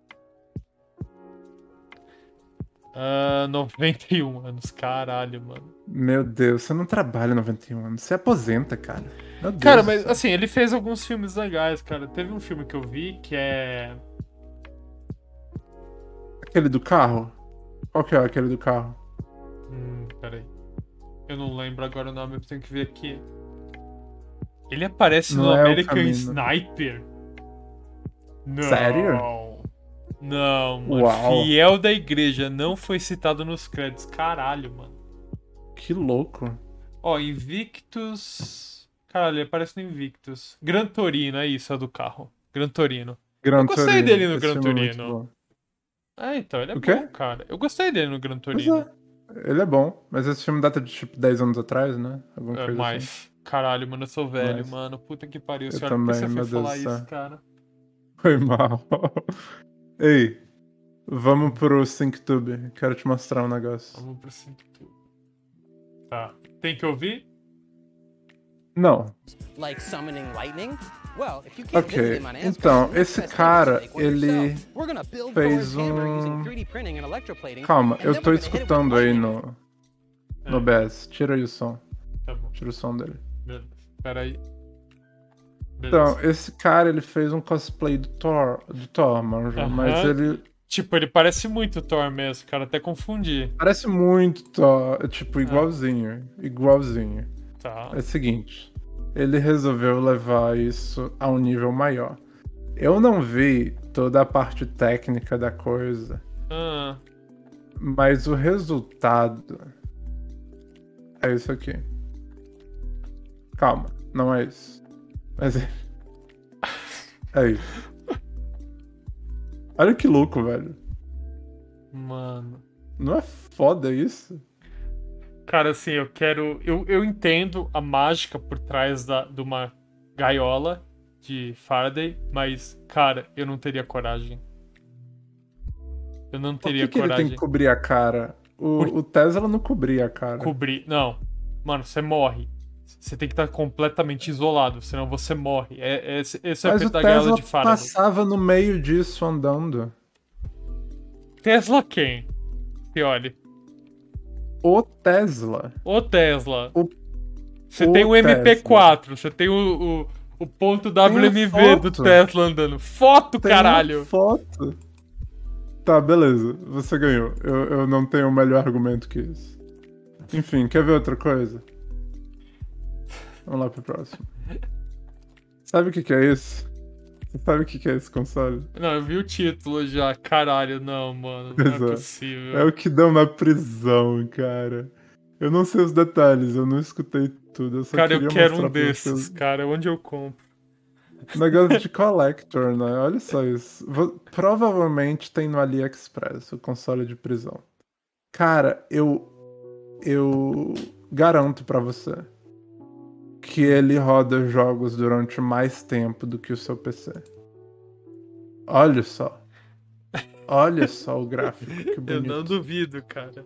Ah, noventa e um anos, caralho, mano. Meu Deus, você não trabalha noventa e um anos. Você aposenta, cara. Meu Deus Cara, do mas céu. assim, ele fez alguns filmes legais, cara. Teve um filme que eu vi que é. Aquele do carro? Qual que é aquele do carro? Hum, peraí. Eu não lembro agora o nome, eu tenho que ver aqui. Ele aparece Não no é o American Camino. Sniper. Não. Sério? Não, mano. Uau. Fiel da igreja não foi citado nos créditos. Caralho, mano. Que louco. Ó, Invictus. Caralho, ele aparece no Invictus. Gran Torino, é isso, é do carro. Gran Torino. Gran Eu gostei Torino. dele no Esse Gran filme é muito Torino. bom. Ah, então, ele é O quê? bom, cara. Eu gostei dele no Gran Pois Torino. é. Ele é bom, mas esse filme data de tipo dez anos atrás, né? Alguma É, coisa assim. mais. Caralho, mano, eu sou velho, Mais. mano. Puta que pariu, Eu senhora. Por que também, você foi meu Deus falar do céu. isso, cara? Foi mal. Ei, vamos pro SyncTube. Quero te mostrar um negócio. Vamos pro SyncTube. Tá. Tem que ouvir? Não. Like summoning lightning? Well, if you can't Ok, visit him on Asgard, então, the next esse best thing is to cara, make one ele yourself. We're gonna build fez Thor's hammer um- using three D printing and electroplating, Calma, and eu then tô we're gonna hit it with escutando aí lightning. no, no É, O B S. Tira aí o som. Tá bom. Tira o som dele. Beleza. Pera aí. Beleza. Então, esse cara, ele fez um cosplay do Thor, do Thor, manja, Aham. mas ele Tipo, ele parece muito Thor mesmo, cara. Até confundi. parece muito Thor, é, tipo, igualzinho, igualzinho. Tá. É o seguinte, ele resolveu levar isso a um nível maior. Eu não vi toda a parte técnica da coisa, Ah, mas o resultado é isso aqui. Calma, não é isso. Mas é, é isso. Olha que louco, velho. mano. Não é foda isso? Cara, assim, eu quero. Eu, eu entendo a mágica por trás da, de uma gaiola de Faraday, mas, cara, eu não teria coragem. Eu não Por teria que, que ele coragem tem que cobrir a cara? O, Por- o Tesla não cobria a cara. de cobrir. Não. Mano, você morre. Você tem que estar completamente isolado, senão você morre. É, é, esse esse é o Mas o efeito da gaiola Tesla de Faraday. passava no meio disso andando. Tesla quem? Pioli. O Tesla. Ô Tesla. O- Você o tem o M P quatro, você tem o, o, o ponto W M V do foto. Tesla andando. Foto, Tem caralho! uma foto. Tá, beleza. Você ganhou. Eu, eu não tenho um melhor argumento que isso. Enfim, quer ver outra coisa? Vamos lá pro próximo. Sabe o que que é isso? Você sabe o que que é esse console? Não, eu vi o título já. Caralho, não, mano. Não Pois é é. possível. É o que dão na prisão, cara. Eu não sei os detalhes, eu não escutei tudo. Eu só Cara, eu queria quero mostrar um pra desses, vocês. cara. Onde eu compro? Negócio de collector, né? Olha só isso. Vo- Provavelmente tem no AliExpress o console de prisão. Cara, eu. Eu garanto pra você que ele roda jogos durante mais tempo do que o seu P C. Olha só. Olha só o gráfico. Que Eu bonito. não duvido, cara.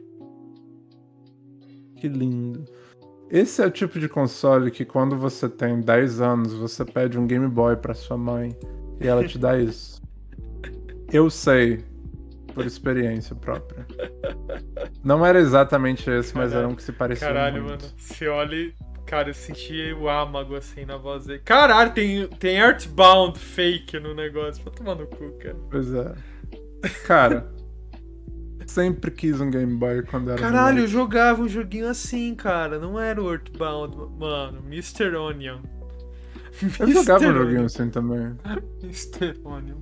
Que lindo. Esse é o tipo de console que quando você tem dez anos, você pede um Game Boy pra sua mãe e ela te dá isso. Eu sei, por experiência própria. Não era exatamente esse, mas era um que se parecia Caralho, muito. mano. Se olha. Cara, eu senti o âmago assim na voz dele. Caralho, tem, tem Earthbound fake no negócio. Vai tomar no cu, cara. Pois é. Cara, sempre quis um Game Boy quando era Caralho, eu moleque. jogava um joguinho assim, cara. Não era o Earthbound, mano. mister Onion. Eu jogava um mister joguinho Onion. assim também. mister Onion.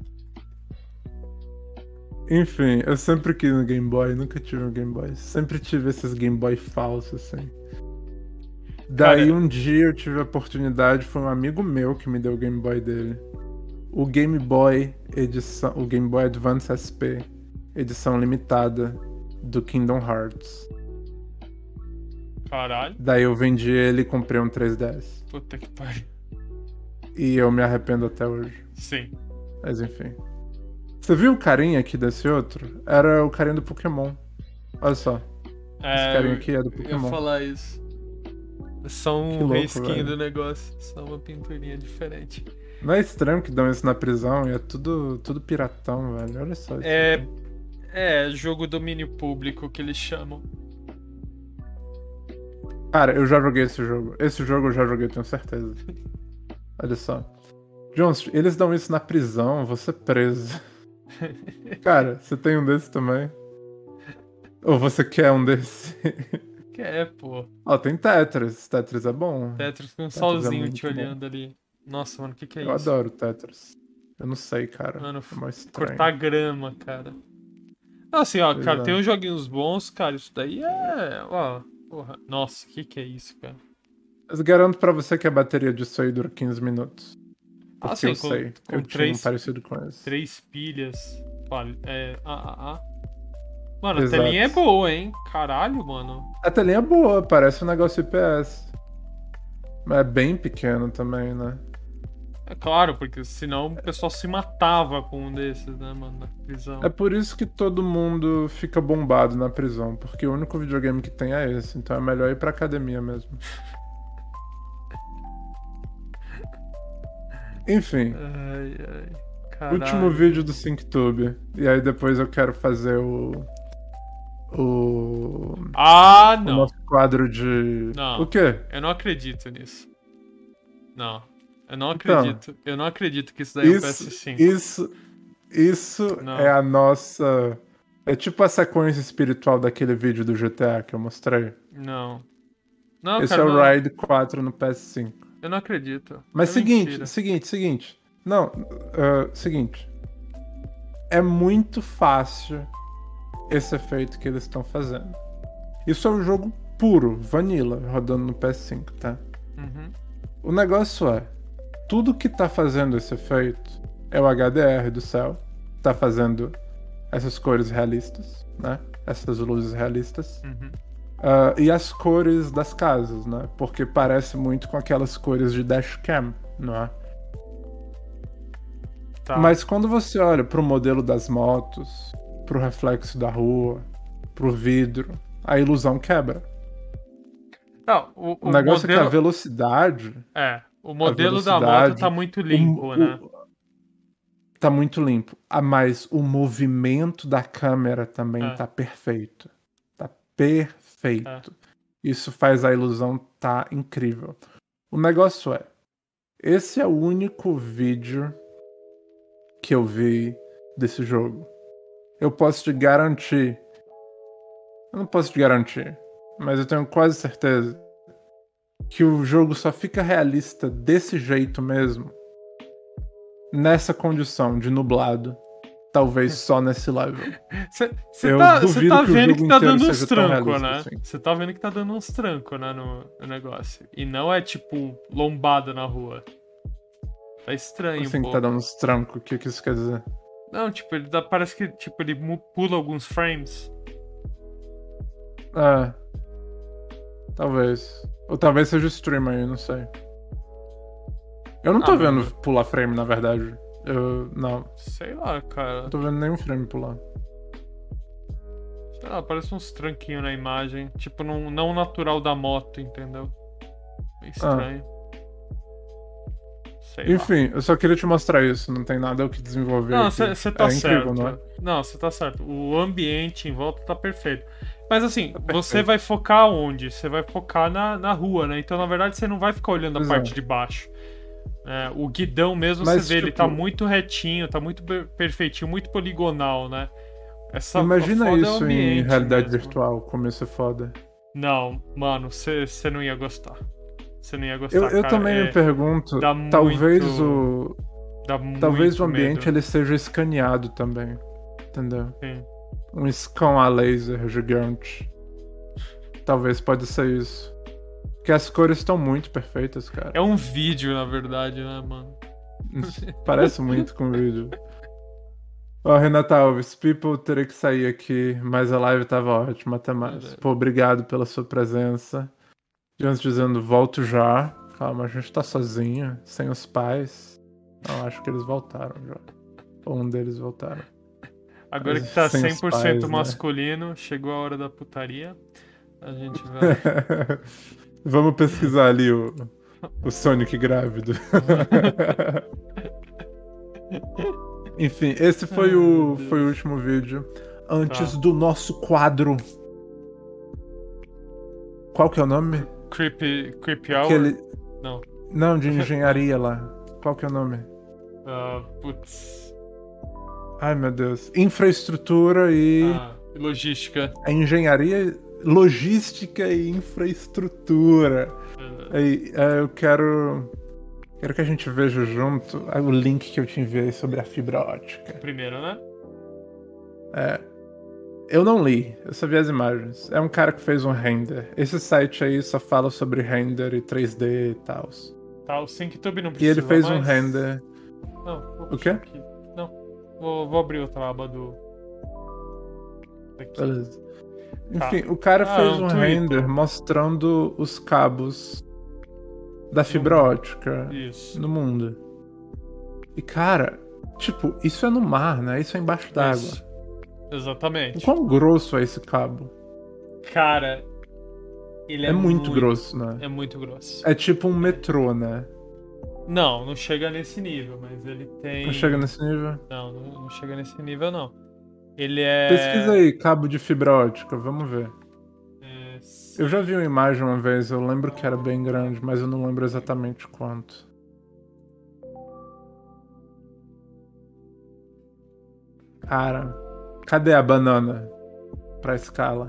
Enfim, eu sempre quis um Game Boy, nunca tive um Game Boy. Sempre tive esses Game Boy falsos, assim. Daí Cara- um dia eu tive a oportunidade, foi um amigo meu que me deu o Game Boy dele. O Game Boy edição, o Game Boy Advance S P, edição limitada do Kingdom Hearts. Caralho. Daí eu vendi ele e comprei um três D S. Puta que pariu. E eu me arrependo até hoje. Sim. Mas enfim. Você viu o carinha aqui desse outro? Era o carinha do Pokémon. Olha só. É, carinha aqui é do eu ia Pokémon. falar isso. É só Que um louco, reskin velho. do negócio. Só uma pinturinha diferente. Não é estranho que dão isso na prisão e é tudo, tudo piratão, velho. Olha só isso. É, aqui. é jogo domínio público que eles chamam. Cara, eu já joguei esse jogo. Esse jogo eu já joguei, tenho certeza. Olha só. Jones, eles dão isso na prisão, você preso. Cara, você tem um desse também? Ou você quer um desse? Que é, pô. Ó, tem Tetris. Tetris é bom. Tetris com um Tetris é solzinho muito te bom. olhando ali. Nossa, mano, o que que é Eu isso? adoro Tetris. Eu não sei, cara. Mano, é mais estranho. cortar grama, cara. Não, assim, ó, Pois cara, é. tem uns joguinhos bons, cara. Isso daí é. Ó, porra. Nossa, o que que é isso, cara? Mas garanto pra você que a bateria disso aí dura quinze minutos. Porque Ah, sim, eu com- sei. com eu tinha três- um parecido com esse. Três pilhas. Vale, é. Ah, ah, ah. Mano, Exato. a telinha é boa, hein? Caralho, mano. A telinha é boa, parece um negócio I P S. Mas é bem pequeno também, né? É claro, porque senão o pessoal se matava com um desses, né, mano, na prisão. É por isso que todo mundo fica bombado na prisão. Porque o único videogame que tem é esse. Então é melhor ir pra academia mesmo. Enfim. Ai, ai. Caralho. Último vídeo do SyncTube. E aí depois eu quero fazer o. O. Ah, O não. nosso quadro de. Não. O quê? Eu não acredito nisso. Não. Eu não Então. acredito. Eu não acredito que isso daí é um P S Isso, cinco. isso, isso Não. é a nossa. É tipo a sequência espiritual daquele vídeo do G T A que eu mostrei. Não. Não, Esse cara, é o não. Ride quatro no P S cinco. Eu não acredito. Mas É seguinte, mentira. seguinte, seguinte. Não, ah, seguinte. É muito fácil esse efeito que eles estão fazendo. Isso é um jogo puro, vanilla, rodando no P S cinco, tá? Uhum. O negócio é, tudo que tá fazendo esse efeito é o H D R do céu, tá fazendo essas cores realistas, né? Essas luzes realistas. Uhum. Ah, e as cores das casas, né? Porque parece muito com aquelas cores de dashcam, não é? Tá. Mas quando você olha pro modelo das motos, pro reflexo da rua, pro vidro, a ilusão quebra. Não, o, O, o negócio é que a modelo... velocidade... É, o modelo da velocidade, moto tá muito limpo, o- o- né? Tá muito limpo. Ah, mas o movimento da câmera também É. tá perfeito. Tá perfeito. Isso faz a ilusão tá incrível. O negócio é, esse é o único vídeo que eu vi desse jogo. Eu posso te garantir. Eu não posso te garantir, mas eu tenho quase certeza que o jogo só fica realista desse jeito mesmo nessa condição de nublado. Talvez só nesse level. Você Eu tá, cê duvido tá que o vendo jogo que tá inteiro dando uns seja tão trancos, realista né? assim. Você tá vendo que tá dando uns trancos, né, no, no negócio. E não é, tipo, lombada na rua. Tá estranho Assim um que pouco. tá dando uns trancos, o que, que isso quer dizer? Não, tipo, ele dá, parece que tipo, ele mu- pula alguns frames. É. Talvez. Ou talvez seja o stream aí, não sei. Eu não tô Ah, vendo mas- pular frame, na verdade. Eu. Não. Sei lá, cara. Não tô vendo nenhum frame pular. Sei lá, parece uns tranquinhos na imagem. Tipo, não, não natural da moto, entendeu? Meio estranho. Sei lá. Enfim, eu só queria te mostrar isso. Não tem nada o que desenvolver. Não, aqui. você tá é certo. incrível, não é? Não, você tá certo. O ambiente em volta tá perfeito. Mas assim, Tá perfeito. você vai focar onde? Você vai focar na, na rua, né? Então, na verdade, você não vai ficar olhando a Pois parte é. de baixo. É, o guidão mesmo, Mas, você vê, ele tipo- tá muito retinho, tá muito per- perfeitinho, muito poligonal, né? Essa Imagina foda é o isso em ambiente realidade mesmo. virtual, como isso é foda. Não, mano, você não ia gostar. Você não ia gostar, Eu, eu cara. também É, me pergunto, dá talvez muito- o. dá Talvez muito o ambiente medo. ele seja escaneado também. Entendeu? Sim. Um scan a laser gigante. Talvez pode ser isso. Porque as cores estão muito perfeitas, cara. É um vídeo, na verdade, né, mano? Parece muito com o vídeo. Ó, Renata Alves, People, teria que sair aqui, mas a live tava ótima, até mais. Verdade. Pô, obrigado pela sua presença. Jones dizendo, volto já. Calma, a gente tá sozinho, sem os pais. Não, acho que eles voltaram já. Ou um deles voltaram. Agora Mas que tá sem os cem por cento pais, né? masculino, chegou a hora da putaria. A gente vai. Vamos pesquisar ali o, o Sonic grávido. Enfim, esse foi, Ai, o, meu Deus. foi o último vídeo. Antes Tá. do nosso quadro. Qual que é o nome? Creepy, creepy Hour? Aquele... Não. Não, de engenharia lá. Qual que é o nome? Ah, putz. Ai, meu Deus. Infraestrutura e... Ah, logística. É engenharia, logística e infraestrutura. Ah, Aí, é, eu quero... Quero que a gente veja junto o link que eu te enviei sobre a fibra ótica. primeiro, né? É... Eu não li, eu só vi as imagens. É um cara que fez um render. Esse site aí só fala sobre render e três D e tal. Tá, o SyncTube não E precisa ele fez mais. um render. Não, vou O quê? puxar aqui. Não, vou, vou abrir outra aba do... Aqui. Beleza. Tá. Enfim, o cara Ah, fez um um Twitter. render mostrando os cabos da fibra mundo. ótica Isso. no mundo. E cara, tipo, isso é no mar, né? Isso é embaixo d'água. Isso. Exatamente. O quão grosso é esse cabo? Cara, ele é, É, muito, grosso, né? É muito grosso. É tipo um metrô, né? Não, não chega nesse nível, mas ele tem. Não chega nesse nível? Não, não, não chega nesse nível, não. Ele é. Pesquisa aí, cabo de fibra ótica, vamos ver. é... Eu já vi uma imagem uma vez, eu lembro que era bem grande, mas eu não lembro exatamente quanto. Cara, cadê a banana pra escala?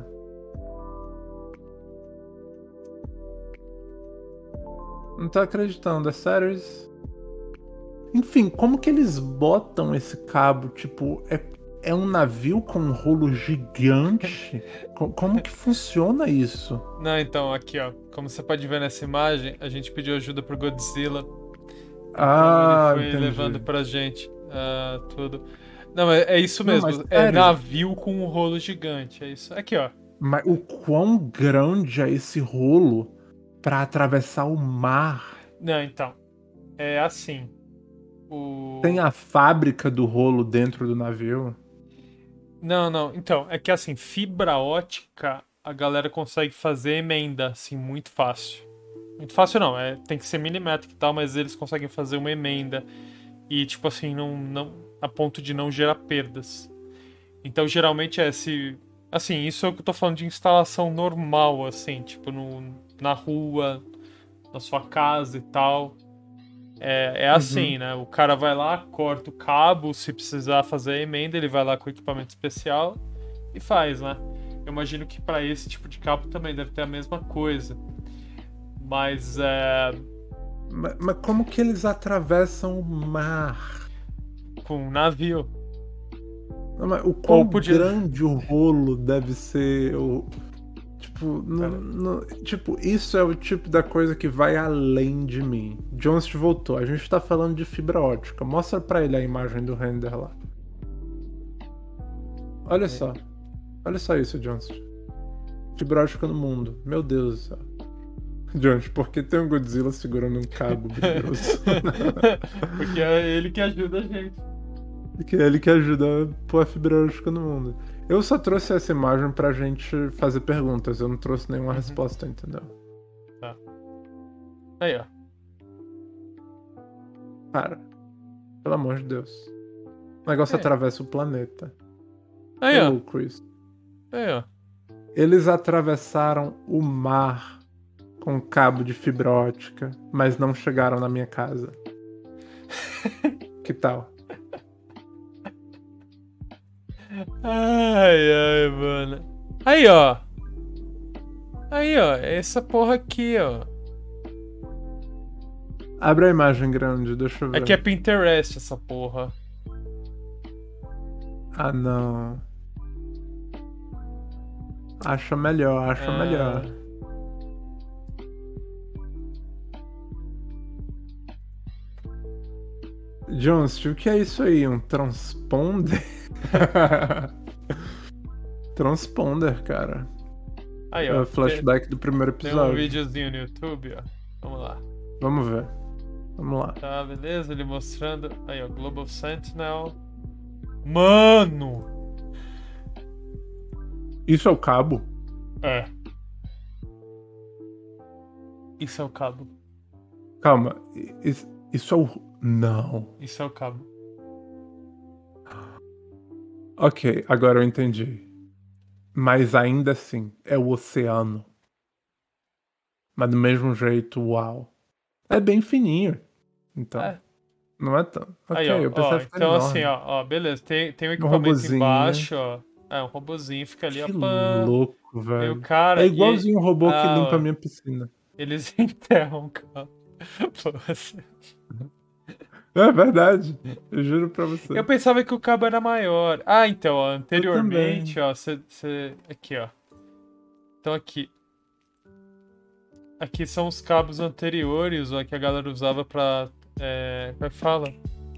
Não tô acreditando, é sério isso? Enfim, como que eles botam esse cabo? Tipo, é, é um navio com um rolo gigante? Co- Como que funciona isso? Não, então, aqui, ó. Como você pode ver nessa imagem, a gente pediu ajuda pro Godzilla. Ah, Então ele foi entendi. levando pra gente ah, tudo. Não, é, é isso Não, mesmo. mas É sério? navio com um rolo gigante. É isso. Aqui, ó. Mas o quão grande é esse rolo pra atravessar o mar? Não, então. É assim. O... Tem a fábrica do rolo dentro do navio? Não, não. Então, é que assim, fibra ótica, a galera consegue fazer emenda, assim, muito fácil. Muito fácil não, é, tem que ser milimétrico e tal, mas eles conseguem fazer uma emenda. E, tipo assim, não, não, a ponto de não gerar perdas. Então, geralmente é se... Assim, isso é o que eu tô falando de instalação normal, assim, tipo, no, na rua, na sua casa e tal. É, é assim, né? O cara vai lá, corta o cabo, se precisar fazer a emenda, ele vai lá com o equipamento especial e faz, né? Eu imagino que para esse tipo de cabo também deve ter a mesma coisa. Mas é, Ma- Mas como que eles atravessam o mar? com um navio. Não, mas o quão Ou podia- grande o rolo deve ser? O... Tipo, no- Cara. no- tipo, isso é o tipo da coisa que vai além de mim. Jones voltou. A gente tá falando de fibra ótica. Mostra pra ele a imagem do render lá. Olha só. Olha só isso, Jones. Fibra ótica no mundo. Meu Deus do céu. Jones, por que tem um Godzilla segurando um cabo bem grosso? Porque é ele que ajuda a gente. Que é ele que ajuda a pôr a fibra ótica no mundo. Eu só trouxe essa imagem pra gente fazer perguntas. Eu não trouxe nenhuma resposta, entendeu? Aí, ó. Cara, pelo amor de Deus. O negócio É. atravessa o planeta. Aí, ó. Hello, Chris. Aí, ó. Eles atravessaram o mar com cabo de fibra ótica, mas não chegaram na minha casa. Que tal? Ai, ai, mano. Aí, ó. Aí, ó. É essa porra aqui, ó. Abre a imagem grande, deixa eu ver. Aqui é Pinterest essa porra. Ah, não. Acha melhor, acha Ah. melhor. Jones, o que é isso aí? Um transponder? Transponder, cara. Aí, É ó. o flashback do primeiro Tem, tem um episódio. videozinho no YouTube, ó. Vamos lá. Vamos ver. Vamos lá. Tá, beleza? Ele mostrando. Aí, ó. Global Sentinel. Mano! Isso é o cabo? É. Isso é o cabo. Calma. Isso, isso é o. Não. Isso é o cabo. Ok, agora eu entendi. Mas ainda assim, é o oceano. Mas do mesmo jeito, uau. É bem fininho. Então. É. Não é tão. Ok, Aí, ó. eu pensava ó que era então, enorme. assim, ó, ó. Beleza. Tem, tem um Um equipamento robozinho. embaixo, ó. É, um robozinho fica ali, Que ó. Pã. louco, Tem o velho. cara. É e- igualzinho o robô que Ah, limpa a ó, minha piscina. Eles enterram o cabo. Pô, você- É verdade. Eu juro pra você. Eu pensava que o cabo era maior. Ah, então, ó, anteriormente, também. ó, você. Aqui, ó. Então aqui. Aqui são os cabos anteriores, ó, que a galera usava pra. É, como é que fala?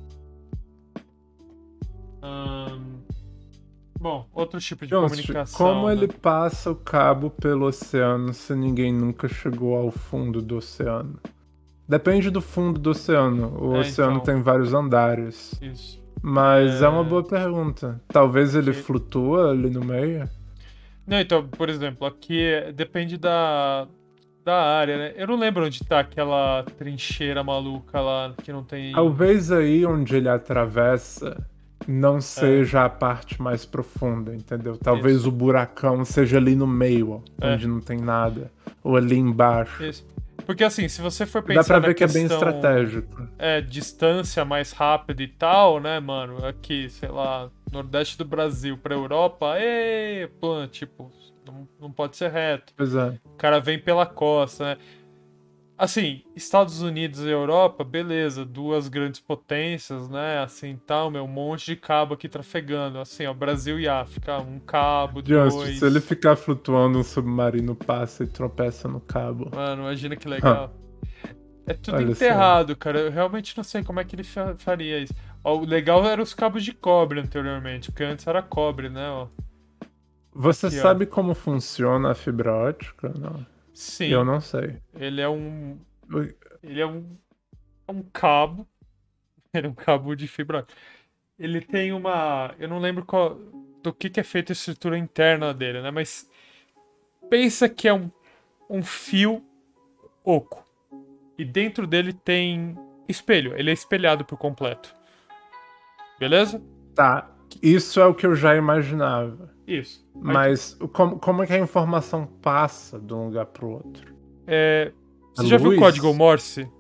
Ahn, Bom, outro tipo de Jones, comunicação. como né? ele passa o cabo pelo oceano se ninguém nunca chegou ao fundo do oceano? Depende do fundo do oceano. O É, oceano então. tem vários andares. Isso. Mas é... É. uma boa pergunta. Talvez ele Que- flutua ali no meio? Não, então, por exemplo, aqui é- depende da, da área, né? Eu não lembro onde tá aquela trincheira maluca lá que não tem. Talvez aí onde ele atravessa não seja a parte mais profunda, entendeu? Talvez É. Isso. o buracão seja ali no meio, ó, É. onde não tem nada. Ou ali embaixo. Isso. Porque assim, se você for pensar Dá pra ver na que é bem questão, estratégico. É, distância mais rápida e tal, né, mano? Aqui, sei lá, Nordeste do Brasil pra Europa, ê, plan, tipo, não, não pode ser reto. Pois é. O cara vem pela costa, né? Assim, Estados Unidos e Europa, beleza, duas grandes potências, né? Assim, tal, meu, um monte de cabo aqui trafegando. Assim, ó, Brasil e África, um cabo, Jones, dois. se ele ficar flutuando, um submarino passa e tropeça no cabo. Mano, imagina que legal. É tudo Olha enterrado, cara. Eu realmente não sei como é que ele fa- faria isso. Ó, o legal era os cabos de cobre anteriormente, porque antes era cobre, né? Ó. Você Aqui, ó. sabe como funciona a fibra ótica? Não. Sim, Eu não sei. ele é um. Ele é um. É um cabo. Ele é um cabo de fibra ótica. Ele tem uma. Eu não lembro qual, do que, que é feita a estrutura interna dele, né? Mas pensa que é um, um fio oco. E dentro dele tem espelho. Ele é espelhado por completo. Beleza? Tá. Isso é o que eu já imaginava. Isso. Aí, Mas o- como, como é que a informação passa de um lugar pro outro? é, A você já viu o luz? código Morse?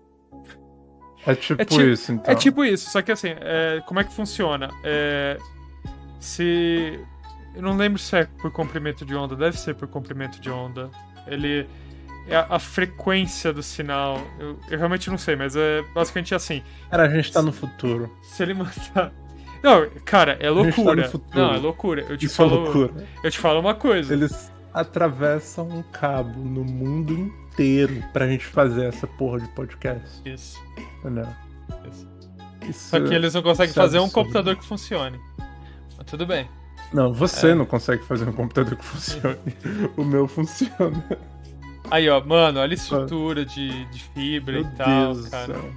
É tipo É ti- isso, então. É tipo isso, só que assim, é, como é que funciona? É, se. Eu não lembro se é por comprimento de onda, deve ser por comprimento de onda. Ele. É a, a frequência do sinal. Eu, eu realmente não sei, mas é basicamente assim. Cara, a gente tá no futuro. Se ele mandar. Não, cara, é gente tá no loucura. futuro. Não, é loucura. Eu te Isso é falo. loucura. Eu te falo uma coisa. Eles atravessam um cabo no mundo inteiro pra gente fazer essa porra de podcast. Isso. Entendeu? Isso. Isso, Só que eles não conseguem isso é fazer um absurdo. computador que funcione. Mas tudo bem. Não, você É. não consegue fazer um computador que funcione. O meu funciona. Aí, ó, mano, olha a estrutura de, de fibra Meu e tal, Deus do cara. céu.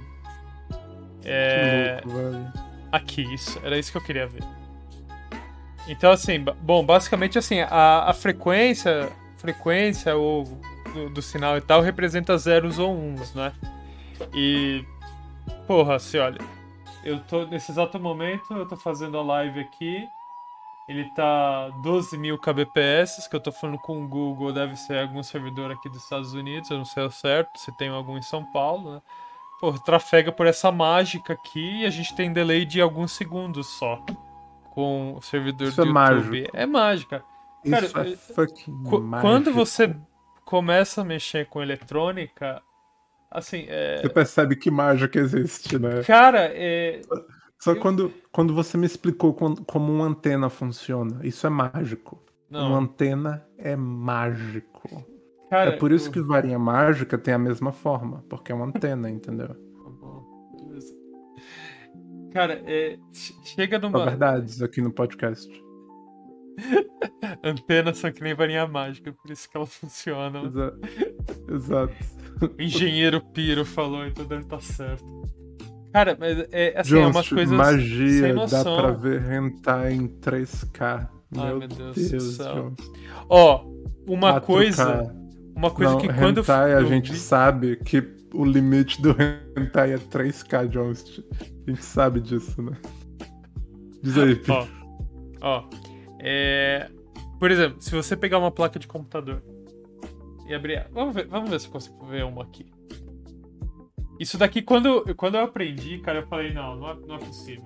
É. Que louco, velho. Aqui, isso, era isso que eu queria ver. Então, assim, ba- bom, basicamente assim, a, a frequência, frequência ou do, do sinal e tal representa zeros ou uns, né? E, porra, assim, olha, eu tô, nesse exato momento, eu tô fazendo a live aqui, ele tá doze mil kbps, que eu tô falando com o Google, deve ser algum servidor aqui dos Estados Unidos, eu não sei ao certo, se tem algum em São Paulo, né? Pô, trafega por essa mágica aqui e a gente tem delay de alguns segundos só com o servidor Isso do é YouTube. mágico. É mágica. Cara, Isso é eu- fucking Qu- mágico. Quando você começa a mexer com eletrônica, assim, é... Você percebe que mágica existe, né? cara, é... Só eu- quando, quando você me explicou com- como uma antena funciona, isso é mágico. Não. Uma antena é mágico. cara, é por isso eu- que varinha mágica tem a mesma forma, porque é uma antena, entendeu? Tá bom, beleza. Cara, é... che- chega São numa... verdades aqui no podcast. Antenas são que nem varinha mágica, por isso que elas funcionam. Exa- Exato. O engenheiro Piro falou, então deve estar certo. Cara, mas é assim, é umas Jonst, coisas sem magia, dá noção. pra ver hentai em três K. Ai, Meu, meu Deus Deus, do céu. Jonst. Ó, uma quatro K. coisa, uma coisa Não, que quando eu- hentai a eu gente vi- sabe que o limite do hentai é três K, Jonst. A gente sabe disso, né? Diz aí, Piro. Ó, ó, é... Por exemplo, se você pegar uma placa de computador e abrir... Vamos ver, vamos ver se eu consigo ver uma aqui. Isso daqui, quando, quando eu aprendi, cara, eu falei, não, não é, não é possível.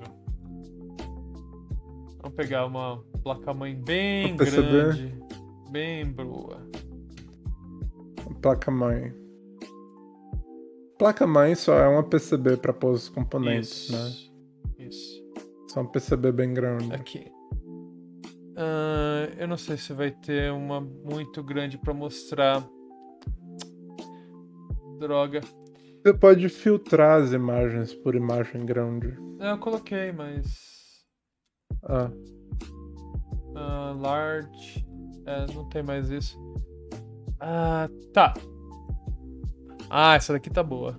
Vamos pegar uma placa-mãe bem Pra perceber. grande, bem boa. Placa-mãe. Placa-mãe só é uma P C B pra pôr os componentes, né? Isso, isso. Só um P C B bem grande. Aqui. Ah, eu não sei se vai ter uma muito grande pra mostrar. Droga. Você pode filtrar as imagens por imagem grande. Não, eu coloquei, mas. Ah, ah, large. É, não tem mais isso. Ah, tá. Ah, essa daqui tá boa.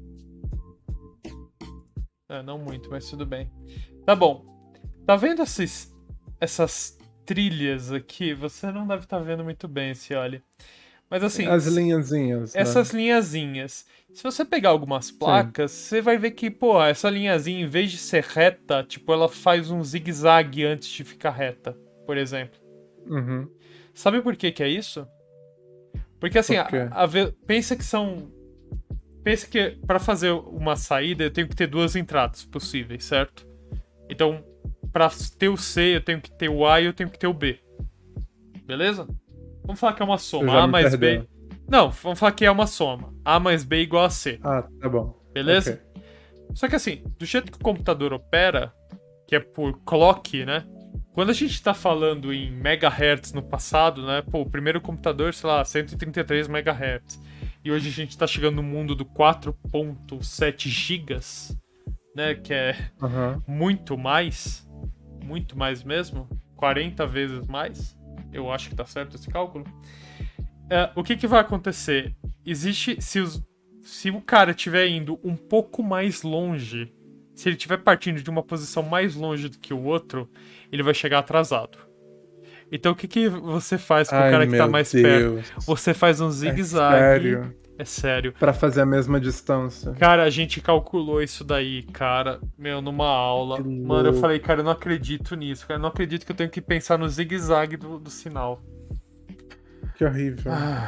É, não muito, mas tudo bem. Tá bom. Tá vendo esses, essas trilhas aqui? Você não deve estar vendo muito bem se olha. Mas assim, as linhazinhas, essas né? linhazinhas. Se você pegar algumas placas, você vai ver que, pô, essa linhazinha, em vez de ser reta, tipo, ela faz um zigue-zague antes de ficar reta, por exemplo. Uhum. Sabe por que que é isso? Porque assim, Por quê? a, a ve- pensa que são... Pensa que pra fazer uma saída eu tenho que ter duas entradas possíveis, certo? Então, pra ter o C, eu tenho que ter o A e eu tenho que ter o B. Beleza? Vamos falar que é uma Você soma. já A me mais perdeu. B... Não, vamos falar que é uma soma. A mais B igual a C. Ah, tá bom. Beleza? Ok. Só que assim, do jeito que o computador opera, que é por clock, né? Quando a gente tá falando em megahertz no passado, né? Pô, o primeiro computador, sei lá, cento e trinta e três megahertz. E hoje a gente tá chegando no mundo do quatro ponto sete gigas, né? Que é Aham. muito mais. Muito mais mesmo. quarenta vezes mais. Eu acho que tá certo esse cálculo. É, o que que vai acontecer? Existe... Se, os, se o cara estiver indo um pouco mais longe, se ele estiver partindo de uma posição mais longe do que o outro, ele vai chegar atrasado. Então o que que você faz com o Ai, cara que tá meu mais perto? Deus. Você faz um É zigue-zague. sério. É sério. Pra fazer a mesma distância. Cara, a gente calculou isso daí, cara, meu, numa aula. Que Mano, eu louco. falei, cara, eu não acredito nisso, cara. Eu não acredito que eu tenho que pensar no zigue-zague do, do sinal. Que horrível.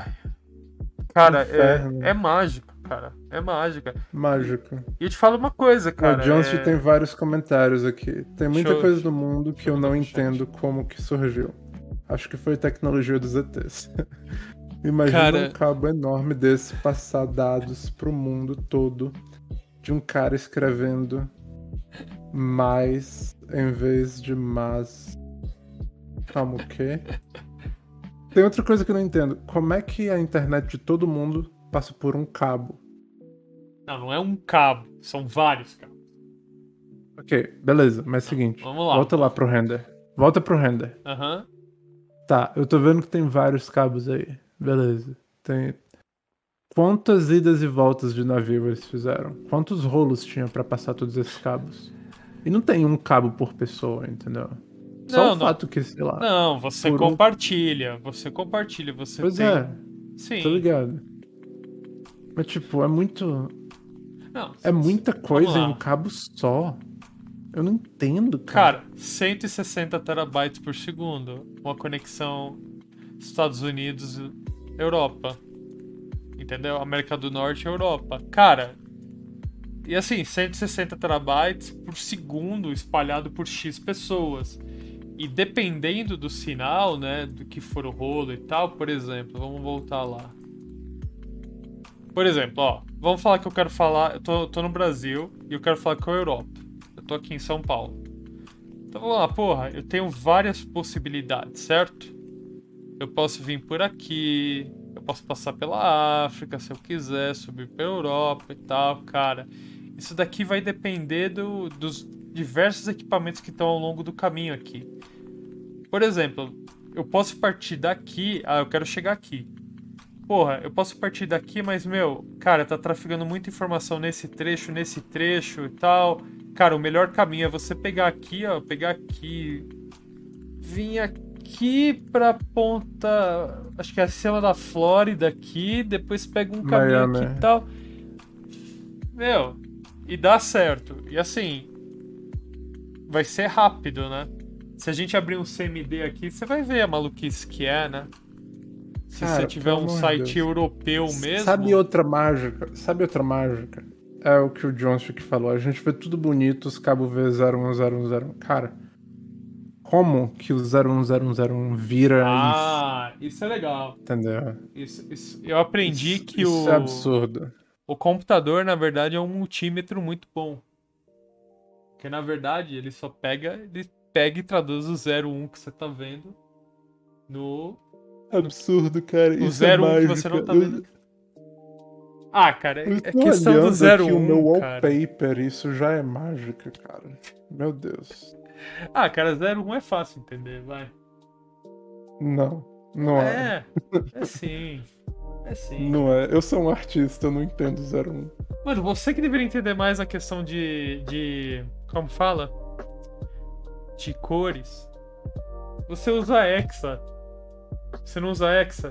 Cara, Inferno. é, é mágica, cara. É mágica. Mágico. E eu te falo uma coisa, cara. o Jones é... tem vários comentários aqui. Tem muita Deixa eu- coisa no mundo que eu eu não ver no chat. entendo como que surgiu. Acho que foi tecnologia dos E Tês. Imagina Cara- um cabo enorme desse passar dados pro mundo todo de um cara escrevendo mais em vez de mas. Calma, o quê? Tem outra coisa que eu não entendo. Como é que a internet de todo mundo passa por um cabo? Não, não é um cabo, são vários cabos. Ok, beleza, mas é o seguinte. vamos lá. Volta lá pro render. Volta pro render. Aham. Tá, eu tô vendo que tem vários cabos aí. Beleza. Tem. Quantas idas e voltas de navio eles fizeram? Quantos rolos tinha pra passar todos esses cabos? E não tem um cabo por pessoa, entendeu? Só Não, o não. fato que, sei lá. Não, você Por um- compartilha. Você compartilha, você Pois tem. é, Sim. tô ligado. Mas tipo, é muito. Não, É muita coisa em lá. um cabo só. Eu não entendo, cara. Cara, cento e sessenta terabytes por segundo. Uma conexão Estados Unidos e Europa. Entendeu? América do Norte e Europa. Cara, e assim, cento e sessenta terabytes por segundo espalhado por X pessoas. E dependendo do sinal, né, do que for o rolo e tal, por exemplo, vamos voltar lá. Por exemplo, ó, vamos falar que eu quero falar, eu tô, tô no Brasil e eu quero falar com a Europa. Eu tô aqui em São Paulo. Então vamos lá, porra, eu tenho várias possibilidades, certo? Eu posso vir por aqui, eu posso passar pela África se eu quiser, subir pela Europa e tal, cara. Isso daqui vai depender do, dos diversos equipamentos que estão ao longo do caminho aqui. por exemplo, eu posso partir daqui... Ah, eu quero chegar aqui. Porra, eu posso partir daqui, mas, meu... Cara, tá trafegando muita informação nesse trecho, nesse trecho e tal. Cara, o melhor caminho é você pegar aqui, ó. Pegar aqui... Vir aqui pra ponta... Acho que é acima da Flórida aqui. Depois pega um caminho Miami. aqui e tal. Meu... E dá certo. E assim... Vai ser rápido, né? Se a gente abrir um C M D aqui, você vai ver a maluquice que é, né? Se Cara, você tiver pelo um amor de site Deus. europeu mesmo... Sabe outra mágica? Sabe outra mágica? É o que o Johnson falou. A gente vê tudo bonito, os cabos V zero um zero um zero um. Cara, como que o zero um zero um zero um vira Ah, isso é legal. isso? Entendeu? Isso, isso- eu aprendi Isso, que isso o, é absurdo. o computador, na verdade, é um multímetro muito bom. Porque, na verdade, ele só pega, ele pega e traduz o zero um que você tá vendo no, Absurdo, cara. no Isso é zero um que mágica. você não tá Eu- vendo. Ah, cara, é, Eu é tô questão do olhando zero aqui o meu um, cara. wallpaper, isso já é mágica, cara. Meu Deus. Ah, cara, zero um é fácil entender, vai. Não, não é. É, é sim. É sim. Não é. Eu sou um artista, eu não entendo zero um. Mano, você que deveria entender mais a questão de. de. Como fala? De cores. Você usa Hexa. Você não usa Hexa?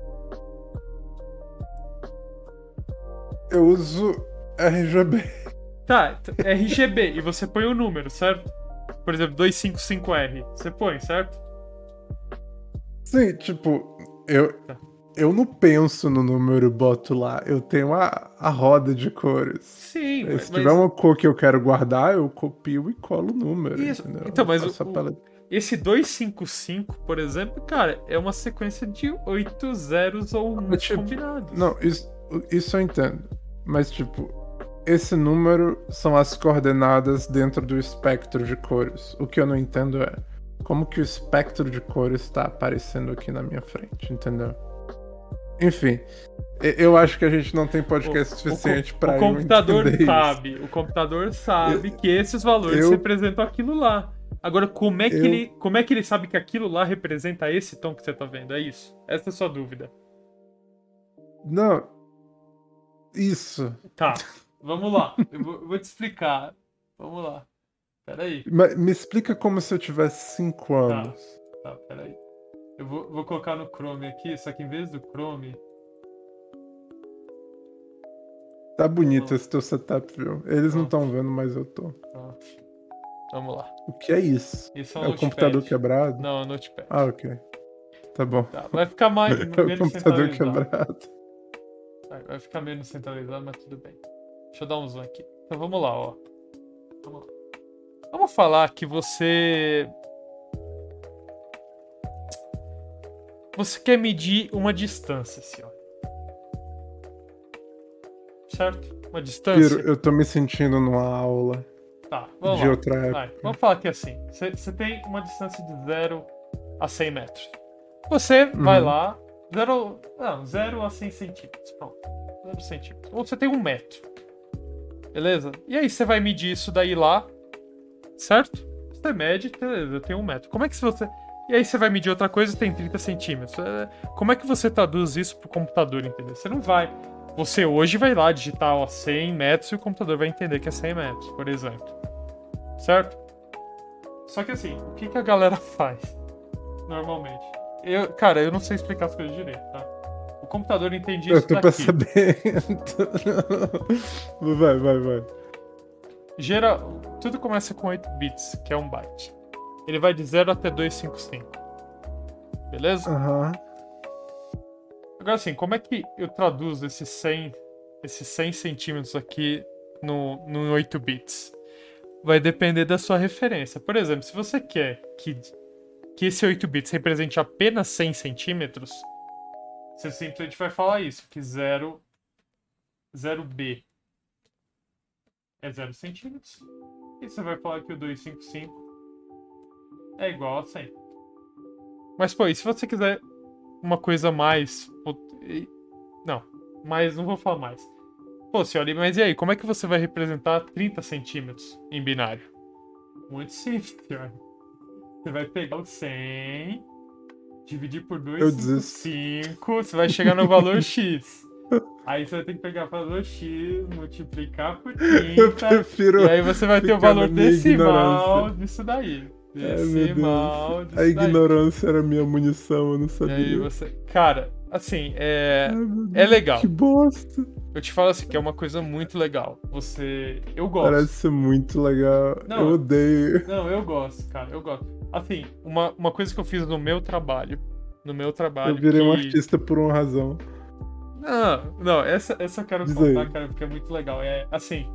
Eu uso R G B. Tá, t- R G B. E você põe o número, certo? Por exemplo, duzentos e cinquenta e cinco R. Você põe, certo? Sim, tipo, eu, Tá. eu não penso no número e boto lá. Eu tenho a, a roda de cores. Sim, E mas. se tiver uma cor que eu quero guardar, eu copio e colo o número. Isso. Entendeu? Então, Eu mas faço o- a paleta. Esse duzentos e cinquenta e cinco, por exemplo, cara, é uma sequência de oito zeros ou uns Mas, tipo, combinados. Não, isso, isso eu entendo. Mas, tipo, esse número são as coordenadas dentro do espectro de cores. O que eu não entendo é como que o espectro de cores está aparecendo aqui na minha frente, entendeu? Enfim, e- eu acho que a gente não tem podcast O- suficiente o, co- pra o eu computador entender sabe, o computador sabe Eu- que esses valores eu- representam aquilo lá. Agora, como é que Eu- ele, como é que ele sabe que aquilo lá representa esse tom que você tá vendo? É isso. Essa é a sua dúvida. isso. Não. Isso. Tá, vamos lá. Eu vou, eu vou te explicar. Vamos lá. Peraí. Mas me explica como se eu tivesse cinco anos. Tá, peraí. Eu vou, vou colocar no Chrome aqui, só que em vez do Chrome. Tá bonito esse teu setup, viu? Eles não estão vendo, mas eu tô. Tá. Vamos lá. O que é isso? Isso é um É o notepad. computador quebrado? Não, é o Notepad. Ah, ok. Tá bom. Tá, vai ficar mais, É o menos computador centralizado. quebrado. Vai, vai ficar menos centralizado, mas tudo bem. Deixa eu dar um zoom aqui. Então vamos lá, ó. Vamos lá. Vamos falar que você. Você quer medir uma distância, senhor. Certo? Uma distância. Piro, eu tô me sentindo numa aula Tá, vamos de lá. outra época. Vai, vamos falar que é assim. Você você tem uma distância de zero a cem metros. Você vai Uhum. lá. zero, não, zero a cem centímetros. Pronto. zero centímetros. Ou você tem um metro. Beleza? E aí você vai medir isso daí lá. Certo? Você mede, beleza, eu tenho um metro. Como é que se você. E aí você vai medir outra coisa e tem trinta centímetros. É, Como é que você traduz isso pro computador, entendeu? Você não vai. Você hoje vai lá digitar ó, cem metros e o computador vai entender que é cem metros, por exemplo. Certo? Só que assim, o que, que a galera faz normalmente? Eu, cara, eu não sei explicar as coisas direito, tá? O computador entende Eu isso tô daqui. percebendo. Vai, vai, vai. Gera, tudo começa com oito bits, que é um byte. Ele vai de zero até duzentos e cinquenta e cinco. Beleza? Aham. Agora assim, como é que eu traduzo esses cem, esses cem centímetros aqui no, no oito bits? Vai depender da sua referência. Por exemplo, se você quer que, que esse oito bits represente apenas cem centímetros, você simplesmente vai falar isso, que zero, zero B é zero centímetros. E você vai falar que o duzentos e cinquenta e cinco é igual a cem. Mas, pô, e se você quiser uma coisa mais... Não, mas não vou falar mais. Pô, senhora, mas e aí, como é que você vai representar trinta centímetros em binário? Muito simples, senhora. Você vai pegar o cem, dividir por Eu duzentos e desisto. cinquenta e cinco, você vai chegar no valor X. Aí você vai ter que pegar o valor X, multiplicar por Eu trinta, prefiro e aí você vai ter o ficar na valor minha decimal ignorância. disso daí. Ai, meu Decimal Deus. disso A daí. ignorância era minha munição, eu não E sabia. aí você... Cara, assim, é... Ai, meu é Deus, legal. Que bosta. Eu te falo assim, que é uma coisa muito legal. Você... Eu gosto. Parece ser muito legal. Não. Eu odeio. Não, eu gosto, cara, eu gosto. Assim, uma, uma coisa que eu fiz no meu trabalho, no meu trabalho Eu virei que... um artista por uma razão. Não, não, essa, essa eu quero Diz contar, aí. cara, porque é muito legal. É, assim,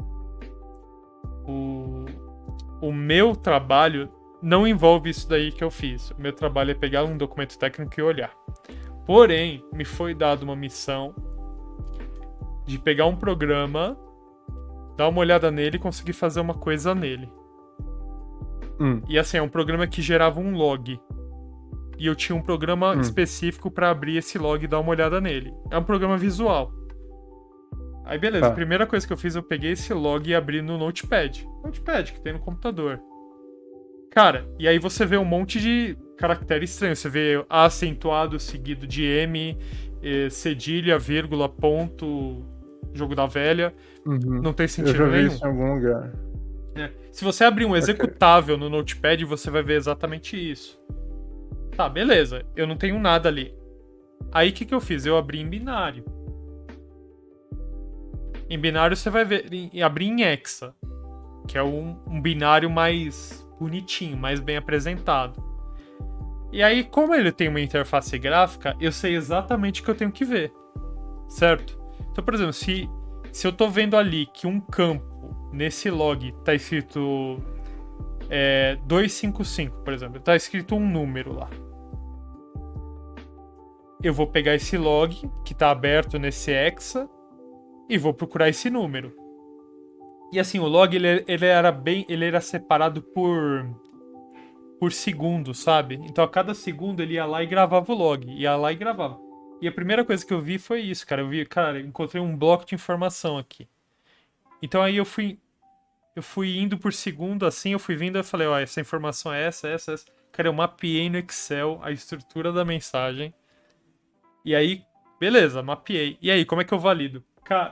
o, o meu trabalho não envolve isso daí que eu fiz. O meu trabalho é pegar um documento técnico e olhar. Porém, me foi dada uma missão de pegar um programa, dar uma olhada nele e conseguir fazer uma coisa nele. Hum. E assim, é um programa que gerava um log. E eu tinha um programa Hum. específico pra abrir esse log e dar uma olhada nele. É um programa visual. Aí beleza, Tá. a primeira coisa que eu fiz, eu peguei esse log e abri no Notepad. Notepad, que tem no computador. Cara, e aí você vê um monte de caractere estranho. Você vê A acentuado seguido de M, eh, cedilha, vírgula, ponto, jogo da velha. Uhum. Não tem Eu sentido já vi nenhum. isso em algum lugar. É. Se você abrir um executável no Notepad, você vai ver exatamente isso. Tá, beleza. Eu não tenho nada ali. Aí o que, que eu fiz? Eu abri em binário. Em binário você vai ver. Em, abrir em hexa. Que é um, um binário mais bonitinho, mais bem apresentado. E aí, como ele tem uma interface gráfica, eu sei exatamente o que eu tenho que ver. Certo? Então, por exemplo, se, se eu tô vendo ali que um campo nesse log tá escrito é, duzentos e cinquenta e cinco, por exemplo, tá escrito um número lá. Eu vou pegar esse log que tá aberto nesse hexa e vou procurar esse número. E assim, o log ele, ele era bem, ele era separado por por segundo, sabe? Então a cada segundo ele ia lá e gravava o log, ia lá e gravava. E a primeira coisa que eu vi foi isso, cara. Eu vi, cara, eu encontrei um bloco de informação aqui. Então aí eu fui eu fui indo por segundo assim, eu fui vindo e falei, ó, essa informação é essa, essa, essa. Cara, eu mapeei no Excel a estrutura da mensagem. E aí, beleza, mapeei. E aí, como é que eu valido? Cara,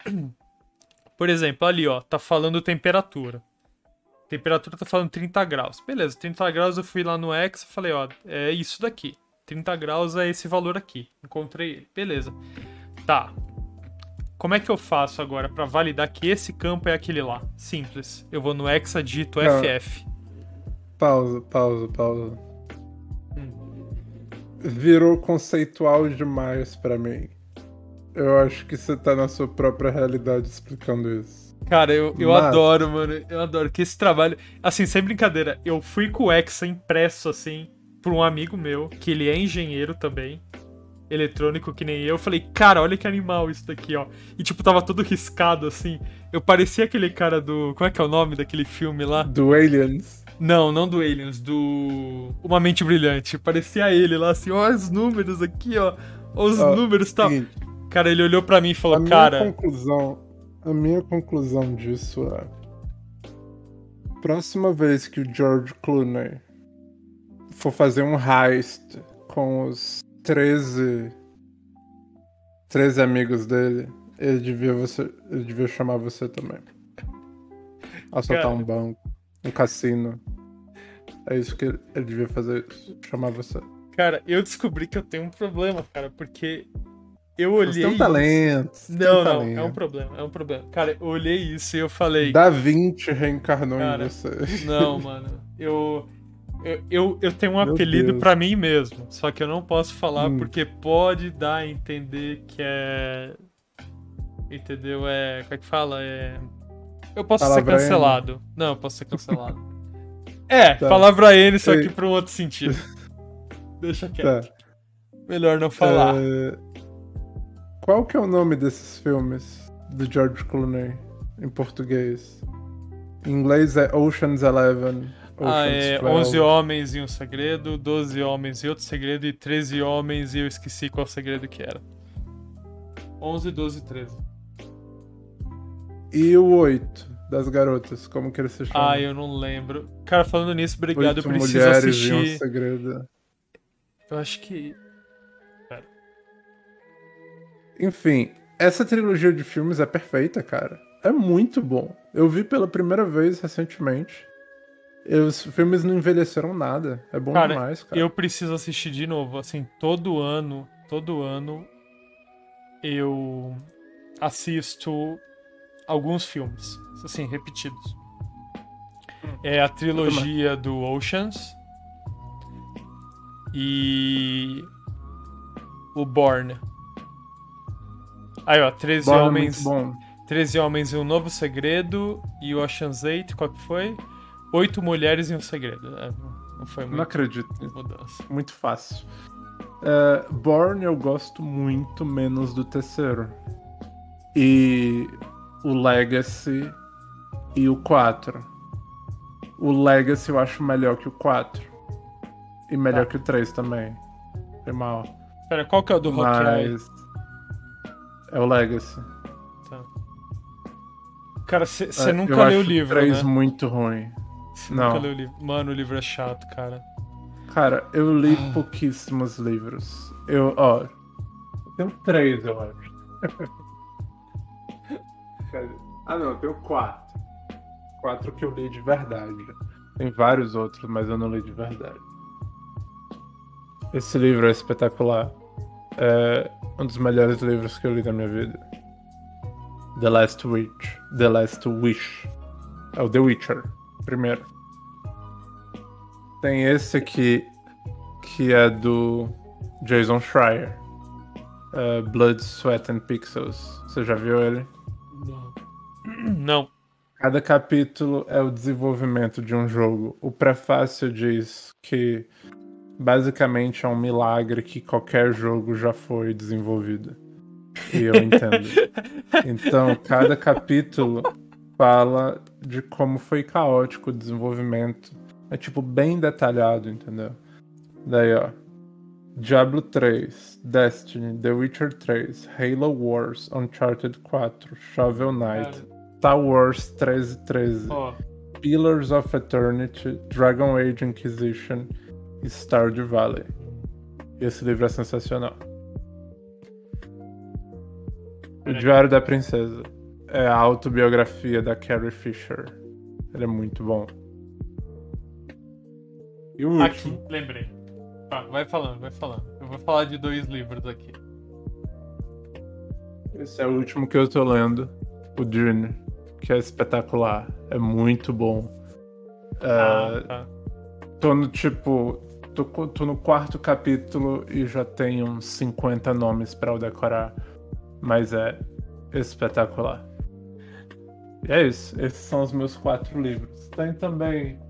por exemplo, ali, ó, tá falando temperatura. Temperatura tá falando trinta graus. Beleza, trinta graus eu fui lá no X e falei, ó, é isso daqui. trinta graus é esse valor aqui. Encontrei ele. Beleza. Tá. Como é que eu faço agora pra validar que esse campo é aquele lá? Simples. Eu vou no hexa, digito Não. F F. Pausa, pausa, pausa. Hum. Virou conceitual demais pra mim. Eu acho que você tá na sua própria realidade explicando isso. Cara, eu, eu Mas- adoro, mano. Eu adoro que esse trabalho... Assim, sem brincadeira, eu fui com o Hexa impresso, assim, por um amigo meu, que ele é engenheiro também, eletrônico que nem eu. Eu falei, cara, olha que animal isso daqui, ó. E, tipo, tava todo riscado, assim. Eu parecia aquele cara do... Como é que é o nome daquele filme lá? Do Aliens. Não, não do Aliens, do... Uma Mente Brilhante. Parecia ele lá, assim, ó, os números aqui, ó. Ó, os Ó, números e tal. seguinte, Cara, ele olhou pra mim e a falou, minha cara... conclusão, a minha conclusão disso é: próxima vez que o George Clooney for fazer um heist com os treze, treze amigos dele, ele devia, você, ele devia chamar você também. Assaltar Cara. um banco, um cassino. É isso que ele, ele devia fazer, isso, chamar você. Cara, eu descobri que eu tenho um problema, cara, porque eu olhei. Você tem um isso- talento. você tem Não, um não, talento. é um problema, é um problema. Cara, eu olhei isso e eu falei. Da Vinci reencarnou Cara, em você. Não, mano, eu. Eu, eu, eu tenho um Meu apelido Deus. pra mim mesmo, só que eu não posso falar Hum. porque pode dar a entender que é. Entendeu? É. Como é que fala? É. Eu posso Palavra ser N. cancelado. Não, eu posso ser cancelado. É, Tá. palavra N, só Ei. que pra um outro sentido. Deixa quieto. Tá. Melhor não falar. É, Qual que é o nome desses filmes do George Clooney em português? Em inglês é Ocean's Eleven. Ah, Ocean's é twelve. onze Homens e um Segredo, doze Homens e outro Segredo e treze Homens e eu esqueci qual segredo que era. onze, doze e treze. E o oito? das garotas, como que eles se chamam? Ah, eu não lembro. Cara, falando nisso, obrigado, Oito eu preciso mulheres assistir. e um segredo. Eu acho que... Enfim, essa trilogia de filmes é perfeita, cara. É muito bom. Eu vi pela primeira vez recentemente. E os filmes não envelheceram nada. É bom Cara, demais, cara. eu preciso assistir de novo. Assim, todo ano, todo ano, eu assisto alguns filmes, assim, repetidos. É a trilogia do Oceans e o Bourne. Aí, ó, treze Bourne é Homens, muito bom. treze Homens e um Novo Segredo e o Ocean's oito, qual que foi? Oito Mulheres e um Segredo. É, não foi muito Não acredito. mudança. Muito fácil. É, Bourne eu gosto muito menos do terceiro. E o Legacy e o quatro. O Legacy eu acho melhor que o quatro. E melhor Tá. que o três também. Foi mal. Pera, qual que é o do Hawkeye? Mas... é o Legacy. Tá. Cara, você É, nunca eu leu o acho livro, três né? muito ruim. Você não. nunca leu o livro. Mano, o livro é chato, cara. Cara, eu li Ah. pouquíssimos livros. Eu, ó... eu tenho três, eu acho. Ah, não, eu tenho quatro. Quatro que eu li de verdade. Tem vários outros, mas eu não li de verdade. Esse livro é espetacular. É um dos melhores livros que eu li da minha vida. The Last Witch. The Last Wish. É o The Witcher, primeiro. Tem esse aqui, que é do Jason Schreier. É Blood, Sweat and Pixels. Você já viu ele? Não. Não. Cada capítulo é o desenvolvimento de um jogo. O prefácio diz que basicamente é um milagre que qualquer jogo já foi desenvolvido. E eu entendo. Então, cada capítulo fala de como foi caótico o desenvolvimento. É tipo bem detalhado, entendeu? Daí, ó. Diablo três, Destiny, The Witcher três, Halo Wars, Uncharted quatro, Shovel Knight, Star Wars treze treze, Ó, Pillars of Eternity, Dragon Age Inquisition e Stardew Valley. Esse livro é sensacional. O Diário da Princesa é a autobiografia da Carrie Fisher. Ele é muito bom. E o aqui, último, lembrei. Tá, vai falando, vai falando. Eu vou falar de dois livros aqui. esse é o último que eu tô lendo, o Dune, que é espetacular, é muito bom. Ah, É, tá. tô no tipo, tô, co- tô no quarto capítulo e já tenho uns cinquenta nomes pra eu decorar, mas é espetacular. E é isso, esses são os meus quatro livros. Tem também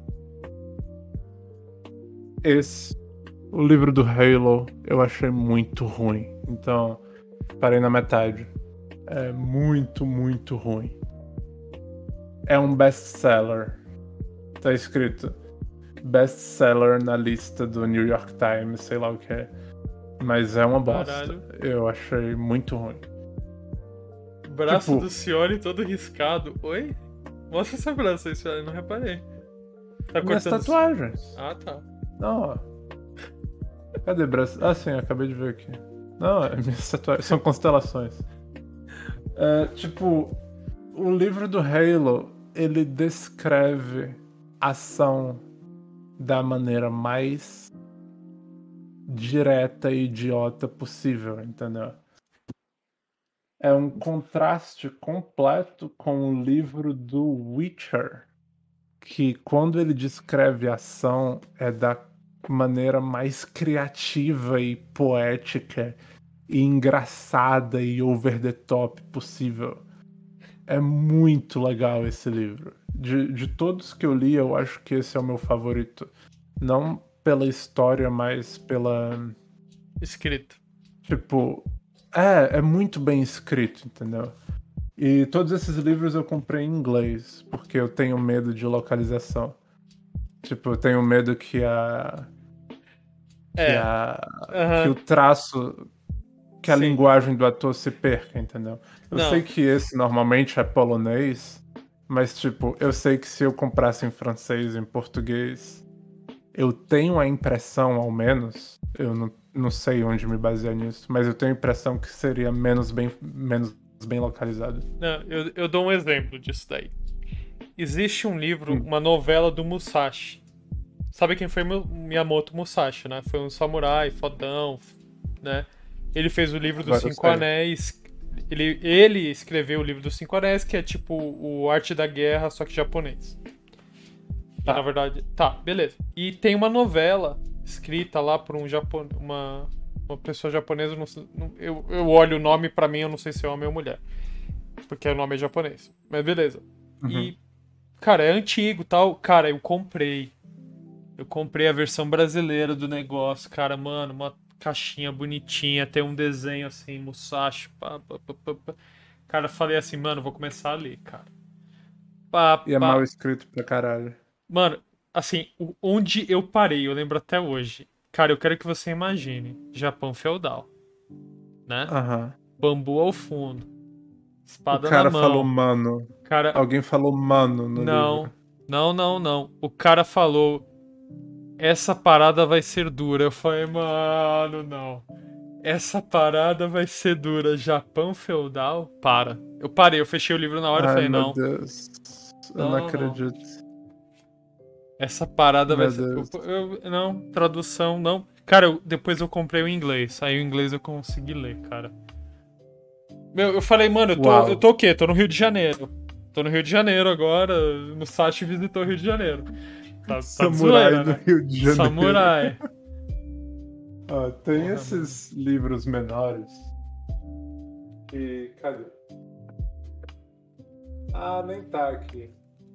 esse, o livro do Halo, eu achei muito ruim, então parei na metade. É muito, muito ruim. É um best-seller. Tá escrito best-seller na lista do New York Times, sei lá o que é. Mas é uma bosta. Caralho. Eu achei muito ruim. Braço Tipo- do Cioli todo riscado. Oi? Mostra esse braço aí, Cioli, não reparei. Tá Minhas cortando... tatuagens. Ah, tá. Não, ó. Cadê braço? Ah, sim, acabei de ver aqui. Não, é minhas tatuagens. São constelações. É, tipo, o livro do Halo, ele descreve ação da maneira mais direta e idiota possível, entendeu? É um contraste completo com o livro do Witcher, que quando ele descreve a ação é da maneira mais criativa e poética e engraçada e over the top possível. É muito legal esse livro. De, de todos que eu li, eu acho que esse é o meu favorito. Não pela história, mas pela... Escrito. Tipo... É, é muito bem escrito, entendeu? E todos esses livros eu comprei em inglês, porque eu tenho medo de localização. Tipo, eu tenho medo que a... Que, É. a, Aham. que o traço... Que a Sim. linguagem do ator se perca, entendeu? Eu Não. sei que esse normalmente é polonês, Mas, tipo, eu sei que se eu comprasse em francês, em português, eu tenho a impressão, ao menos, eu não, não sei onde me basear nisso, mas eu tenho a impressão que seria menos bem, menos bem localizado. Não, eu, eu dou um exemplo disso daí. Existe um livro, Hum. uma novela do Musashi. Sabe quem foi Miyamoto Musashi, né? Foi um samurai fodão, né? Ele fez o livro dos Agora eu Cinco sei. Anéis. Ele, ele escreveu o livro dos Cinco Anéis, que é tipo o Arte da Guerra, só que japonês. E, Tá. na verdade, tá, beleza. E tem uma novela escrita lá por um japon... uma, uma pessoa japonesa. Não sei- não- eu, eu olho o nome, pra mim eu não sei se é homem ou mulher, porque o nome é japonês. Mas beleza. Uhum. E, cara, é antigo, tal. Cara, eu comprei. Eu comprei a versão brasileira do negócio, cara, mano, uma caixinha bonitinha, tem um desenho assim, Musashi, pá, pá, pá, pá, pá. Cara, falei assim, mano, vou começar a ler, cara. Pá, E é pá. mal escrito pra caralho. Mano, assim, o- onde eu parei, eu lembro até hoje. Cara, eu quero que você imagine, Japão feudal, né? Aham. Bambu ao fundo, O espada cara na mão. falou mano. Cara, Alguém falou mano no não, livro. não, não, não. O cara falou, essa parada vai ser dura. Eu falei, mano, não. Essa parada vai ser dura. Japão feudal? Para. Eu parei, eu fechei o livro na hora e Ai, falei, meu não. Deus. Eu Não, não não, não. acredito. Essa parada vai Meu ser. Deus. Eu, eu- não, tradução, não. Cara, eu- depois eu comprei o inglês. Aí o inglês eu consegui ler, cara. Meu, eu falei, mano, eu tô, Uau. eu tô o quê? Tô no Rio de Janeiro. Tô no Rio de Janeiro agora. No Sati visitou o Rio de Janeiro. Tá, tá de Samurai zoeira, do né? Rio de Janeiro. Samurai. Ó, tem Porra, esses livros menores. E. Cadê? Ah, nem tá aqui.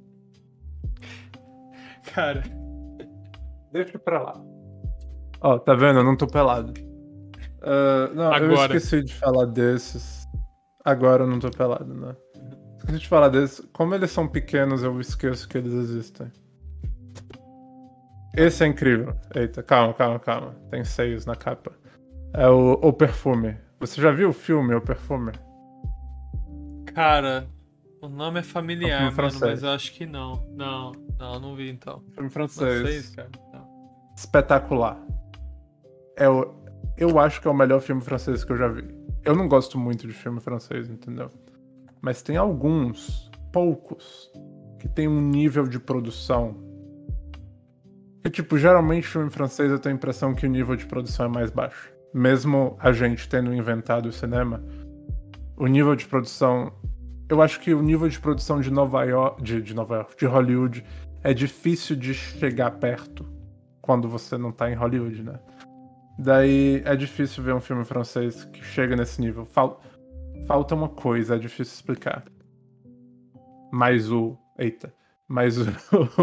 Cara, Deixa pra lá. Ó, tá vendo? Eu não tô pelado. Ah, não, eu Agora. esqueci de falar desses. Agora eu não tô pelado, né? Esqueci de falar desses. Como eles são pequenos, eu esqueço que eles existem. Esse é incrível. Eita, calma, calma, calma. Tem seios na capa. É o O Perfume. Você já viu o filme O Perfume? cara, o nome é familiar, É um filme mano, francês. mas eu acho que não. Não, não, não vi então. Filme Francês, francês. cara. Não. Espetacular. É o... Eu acho que é o melhor filme francês que eu já vi. Eu não gosto muito de filme francês, entendeu? Mas tem alguns, poucos, que tem um nível de produção. Que, tipo, geralmente filme francês eu tenho a impressão que o nível de produção é mais baixo. Mesmo a gente tendo inventado o cinema, o nível de produção. Eu acho que o nível de produção de Nova York, de, de Nova York, de Hollywood, é difícil de chegar perto quando você não tá em Hollywood, né? Daí é difícil ver um filme francês que chega nesse nível. Fal- Falta uma coisa, é difícil explicar. Mas o. Eita. Mas o.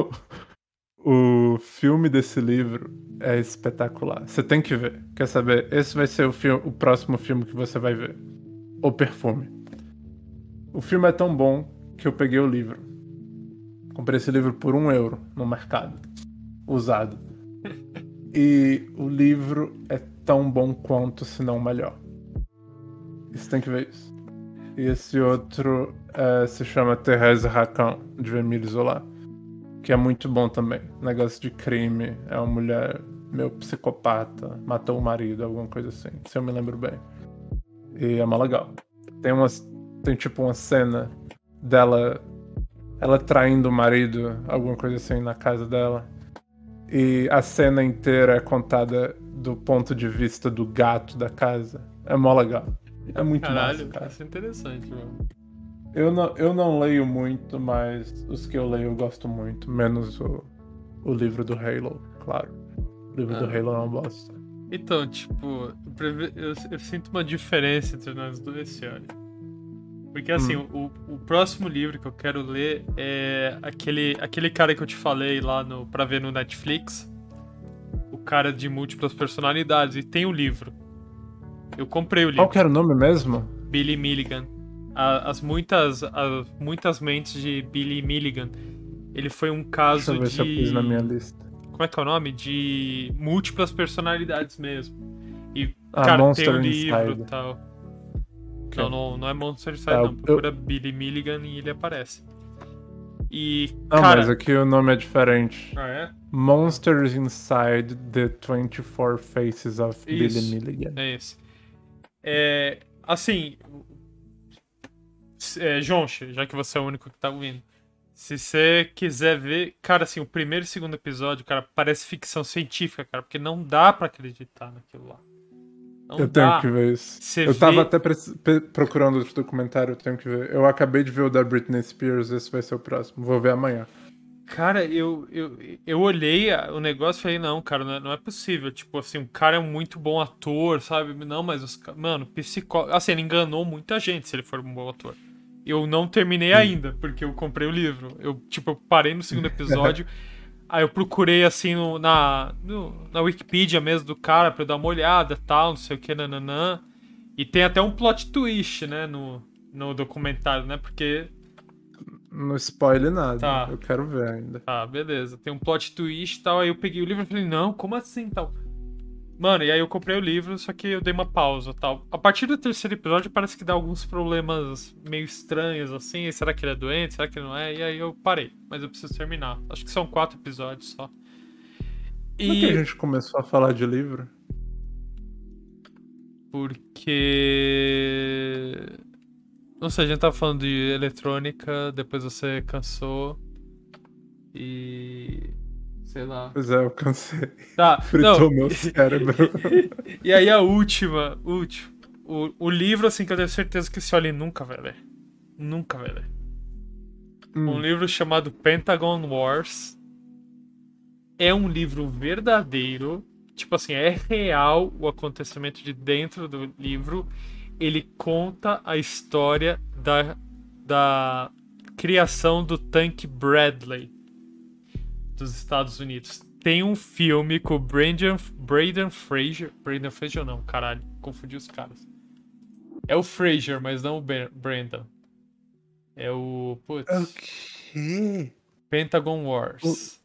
O filme desse livro é espetacular. Você tem que ver. Quer saber? Esse vai ser o, filme, o próximo filme que você vai ver. O Perfume. O filme é tão bom que eu peguei o livro. Comprei esse livro por um euro no mercado. Usado. E o livro é tão bom quanto, se não melhor. Você tem que ver isso. E esse outro é, se chama Thérèse Racan, de Émile Zola. Que é muito bom também. Negócio de crime. É uma mulher meio psicopata. Matou o marido, alguma coisa assim. Se eu me lembro bem. E é mó legal. Tem umas. Tem tipo uma cena dela. Ela traindo o marido, alguma coisa assim, na casa dela. E a cena inteira é contada do ponto de vista do gato da casa. É mó legal. É muito Caralho, massa, cara. isso é interessante, mano. Eu não, eu não leio muito, mas os que eu leio eu gosto muito. Menos o, o livro do Halo, claro. O livro do Ah. Halo é uma bosta. Então, tipo, eu, preve- eu- eu sinto uma diferença entre nós dois esse ano. Porque, assim, Hum. o, o próximo livro que eu quero ler é aquele, aquele cara que eu te falei lá no, pra ver no Netflix. O cara de múltiplas personalidades. E tem o livro. Eu comprei o livro. Qual que era o nome mesmo? Billy Milligan. A- As muitas, as muitas mentes de Billy Milligan. Ele foi um Deixa caso eu ver de... se eu pus na minha lista. Como é que é o nome? De múltiplas personalidades mesmo. E, Ah, cara, Monster tem um livro Inside. e tal. Ok. Não, não, não é Monster Inside, Ah, não. eu- Procura Billy Milligan e ele aparece. E, Não, cara... mas aqui o nome é diferente. Ah, é? Monsters Inside the twenty-four Faces of Billy Isso, Milligan. é esse. É, assim... É, Jonche, já que você é o único que tá ouvindo. Se você quiser ver... Cara, assim, o primeiro e segundo episódio, cara, parece ficção científica, cara. Porque não dá pra acreditar naquilo lá. Não Eu dá. tenho que ver isso. Você eu tava vê- até pre- pe- procurando outro documentário, eu tenho que ver. Eu acabei de ver o da Britney Spears, esse vai ser o próximo. Vou ver amanhã. Cara, eu, eu, eu olhei a- o negócio e falei, não, cara, não é, não é possível. Tipo, assim, o cara é um muito bom ator, sabe? Não, mas os ca- Mano, psicó... Assim, ele enganou muita gente se ele for um bom ator. Eu não terminei ainda, porque eu comprei o livro. Eu, tipo, eu parei no segundo episódio. Aí eu procurei, assim, no, na, no- na Wikipedia mesmo do cara pra eu dar uma olhada e tal, não sei o que, nananã. E tem até um plot twist, né, no, no documentário, né? Porque... Não spoile nada, Tá. eu quero ver ainda. Tá, beleza. Tem um plot twist e tal. Aí eu peguei o livro e falei, não, como assim tal? Mano, e aí eu comprei o livro, só que eu dei uma pausa tal. A partir do terceiro episódio parece que dá alguns problemas meio estranhos, assim. Será que ele é doente? Será que ele não é? E aí eu parei. Mas eu preciso terminar. Acho que são quatro episódios só. Como é que a E. gente começou a falar de livro? Porque. Não sei, a gente tava falando de eletrônica, depois você cansou. E. Sei lá. Pois é, eu cansei. Tá, Fritou não. meu cérebro. E aí a última, última. O, o livro, assim, que eu tenho certeza que o Cioli nunca vai ler. Nunca vai ler. Hum. Um livro chamado Pentagon Wars. É um livro verdadeiro. Tipo assim, é real o acontecimento de dentro do livro. Ele conta a história da, da criação do tanque Bradley dos Estados Unidos. Tem um filme com o Brandon, Braden Fraser. Braden Fraser não, caralho. Confundi os caras. É o Fraser, mas não o Ben- Brandon. É o... Putz. O quê? Pentagon Wars.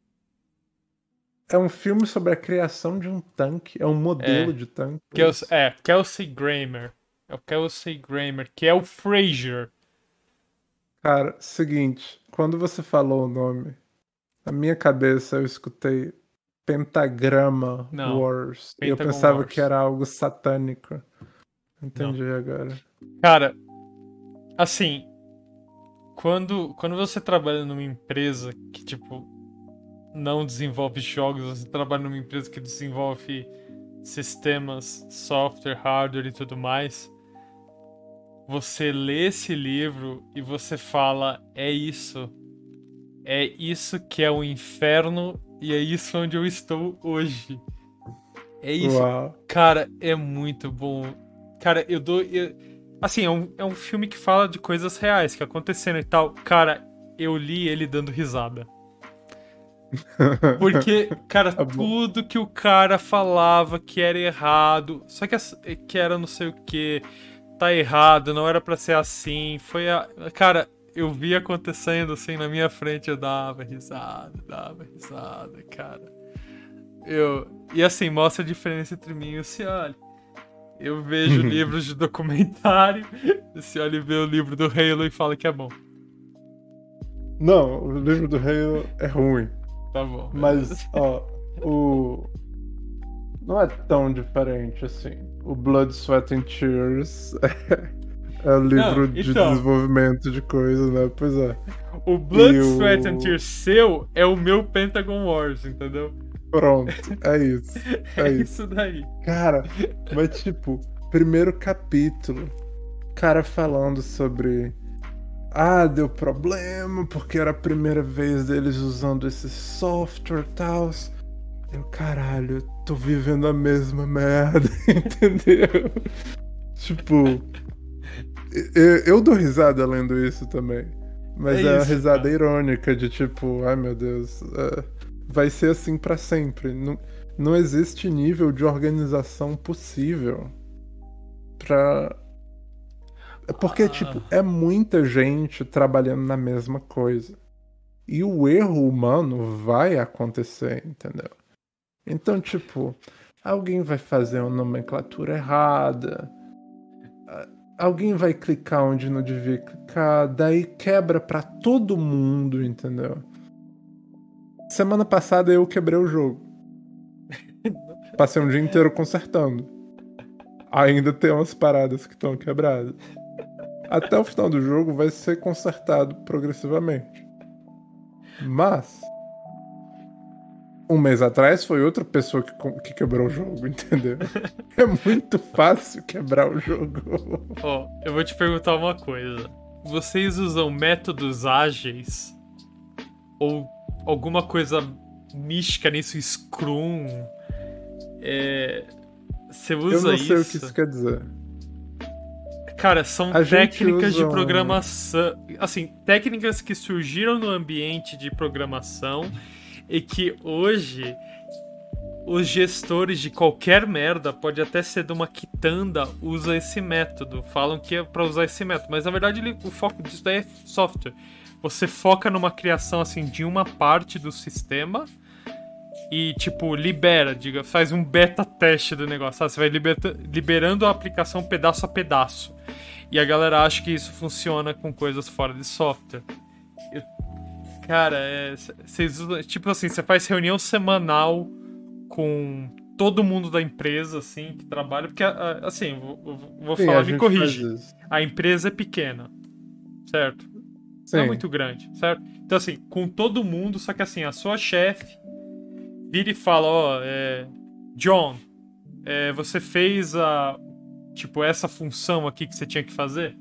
É um filme sobre a criação de um tanque. É um modelo É. de tanque. Kels- é, Kelsey Grammer. É o Kelsey Grammer, que é o Fraser. Cara, seguinte. Quando você falou o nome, na minha cabeça eu escutei Pentagrama Não, Wars. E eu Pentagon pensava Wars. que era algo satânico. Entendi agora. Cara, assim, quando, quando você trabalha numa empresa que, tipo, não desenvolve jogos, você trabalha numa empresa que desenvolve sistemas, software, hardware e tudo mais, você lê esse livro e você fala, é isso. É isso que é o inferno e é isso onde eu estou hoje. É isso. Uau. Cara, é muito bom. Cara, eu dou... eu- Assim, é um, é um filme que fala de coisas reais que aconteceram e tal. Cara, eu li ele dando risada. Porque, cara, Tá bom. tudo que o cara falava que era errado, só que, as- que era não sei o que, tá errado, não era pra ser assim, foi a... Cara, eu vi acontecendo assim na minha frente, eu dava risada, dava risada, cara. Eu... E assim, mostra a diferença entre mim e o Cioli. Eu vejo livros de documentário, o Cioli vê o livro do Halo e fala que é bom. Não, o livro do Halo é ruim. Tá bom. Mas, ó, o. Não é tão diferente assim. O Blood, Sweat and Tears é o livro Não, de então. desenvolvimento de coisas, né? Pois é. O Blood, E o- Sweat and Tears seu é o meu Pentagon Wars, entendeu? Pronto, é isso. É, É isso. isso daí. Cara, mas tipo, primeiro capítulo, cara falando sobre. Ah, deu problema porque era a primeira vez deles usando esse software e tal. Eu, caralho, eu tô vivendo a mesma merda, entendeu? Tipo, eu, eu dou risada lendo isso também. Mas É é, a isso, risada cara. irônica de tipo, ai meu Deus, é, vai ser assim pra sempre. Não, não existe nível de organização possível pra. É porque, Ah. tipo, é muita gente trabalhando na mesma coisa. E o erro humano vai acontecer, entendeu? Então, tipo, alguém vai fazer uma nomenclatura errada. a- alguém vai clicar onde não devia clicar, daí quebra pra todo mundo, entendeu? Semana passada eu quebrei o jogo. Passei um dia inteiro consertando. Ainda tem umas paradas que estão quebradas. Até o final do jogo vai ser consertado progressivamente. Mas um mês atrás foi outra pessoa que, que quebrou o jogo, entendeu? É muito fácil quebrar o jogo. Ó, eu vou te perguntar uma coisa. Vocês usam métodos ágeis? Ou alguma coisa mística nisso, Scrum? É... Você usa isso? Eu não sei isso? o que isso quer dizer. Cara, são A técnicas usa... de programação... Assim, técnicas que surgiram no ambiente de programação e que hoje os gestores de qualquer merda, pode até ser de uma quitanda, usa esse método. Falam que é pra usar esse método. Mas na verdade ele, o foco disso daí é software. Você foca numa criação assim de uma parte do sistema e, tipo, libera, diga, faz um beta teste do negócio, sabe? Você vai liberta, liberando a aplicação pedaço a pedaço. E a galera acha que isso funciona com coisas fora de software. Eu, cara, é, cês, tipo assim, você faz reunião semanal com todo mundo da empresa, assim, que trabalha, porque, assim, vou, vou Sim, falar, me corrige. A empresa é pequena, certo? Sim. Não é muito grande, certo? Então, assim, com todo mundo, só que assim, a sua chefe vira e fala, ó, é, John, é, você fez a, tipo, essa função aqui que você tinha que fazer?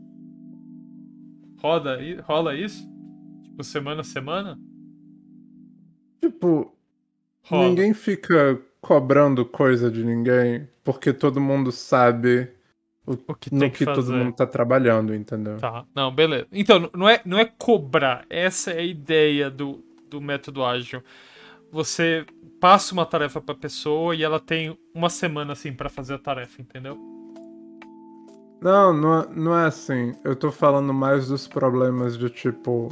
Roda, rola isso? Tipo, semana a semana? Tipo, rola. Ninguém fica cobrando coisa de ninguém, porque todo mundo sabe o, O que no tem que, que todo fazer. mundo tá trabalhando, entendeu? Tá, não, beleza. Então, não é, não é cobrar, essa é a ideia do, do método ágil. Você passa uma tarefa pra pessoa e ela tem uma semana, assim, pra fazer a tarefa, entendeu? Não, não é, não é assim. Eu tô falando mais dos problemas de tipo.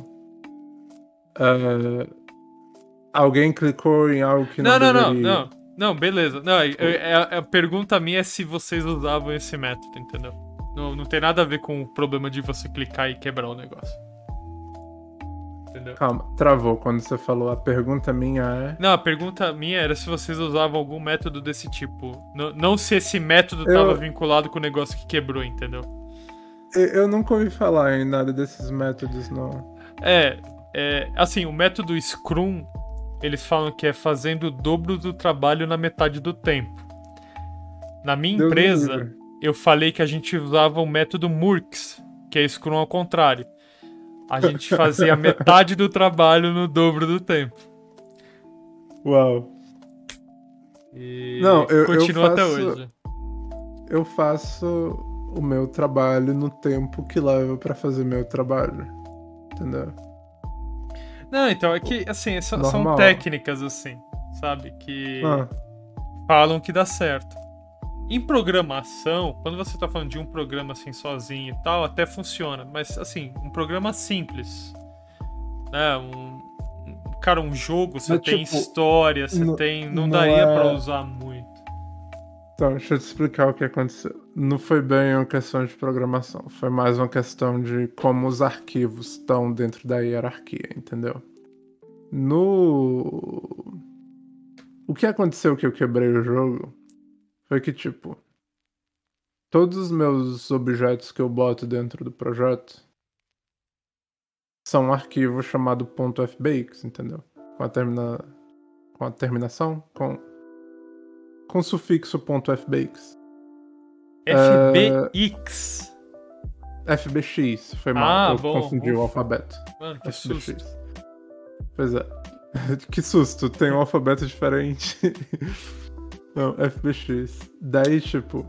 é, alguém clicou em algo que não, Não, não, deveria. não, não. Não, beleza. Não, é- é- a pergunta minha é se vocês usavam esse método, entendeu? Não, não tem nada a ver com o problema de você clicar e quebrar o negócio. Entendeu? Calma, travou quando você falou. A pergunta minha é. Não, a pergunta minha era se vocês usavam algum método desse tipo. Não, não se esse método Eu- tava vinculado com o negócio que quebrou, entendeu? Eu, eu nunca ouvi falar em nada desses métodos, não. É, é, assim, o método Scrum, eles falam que é fazendo o dobro do trabalho na metade do tempo. Na minha Deus me empresa, livre. eu falei que a gente usava o método Murks, que é Scrum ao contrário. A gente fazia metade do trabalho no dobro do tempo. Uau. E Não, eu- eu continua até faço- hoje. Eu faço o meu trabalho no tempo que leva pra fazer meu trabalho. Entendeu? Não, então, é que, assim, são, são Normal. técnicas, assim, sabe? Que Ah, falam que dá certo. Em programação, quando você tá falando de um programa assim sozinho e tal, até funciona. Mas assim, um programa simples, né? Um, um- cara, um jogo, você Mas, tem tipo, história, você não- tem. Não, não daria é- pra usar muito. então, deixa eu te explicar o que aconteceu. Não foi bem uma questão de programação. Foi mais uma questão de como os arquivos estão dentro da hierarquia, entendeu? No... O que aconteceu que eu quebrei o jogo foi que, tipo, todos os meus objetos que eu boto dentro do projeto são um arquivo chamado .fbx, entendeu? Com a, termina... com a terminação, com, com o sufixo .fbx. F B X. F B X, foi mal, Ah, eu bom, confundi o ufa. alfabeto. Mano, que F B X. susto. Pois é. Que susto, tem um alfabeto diferente. Não, F B X. Daí, tipo,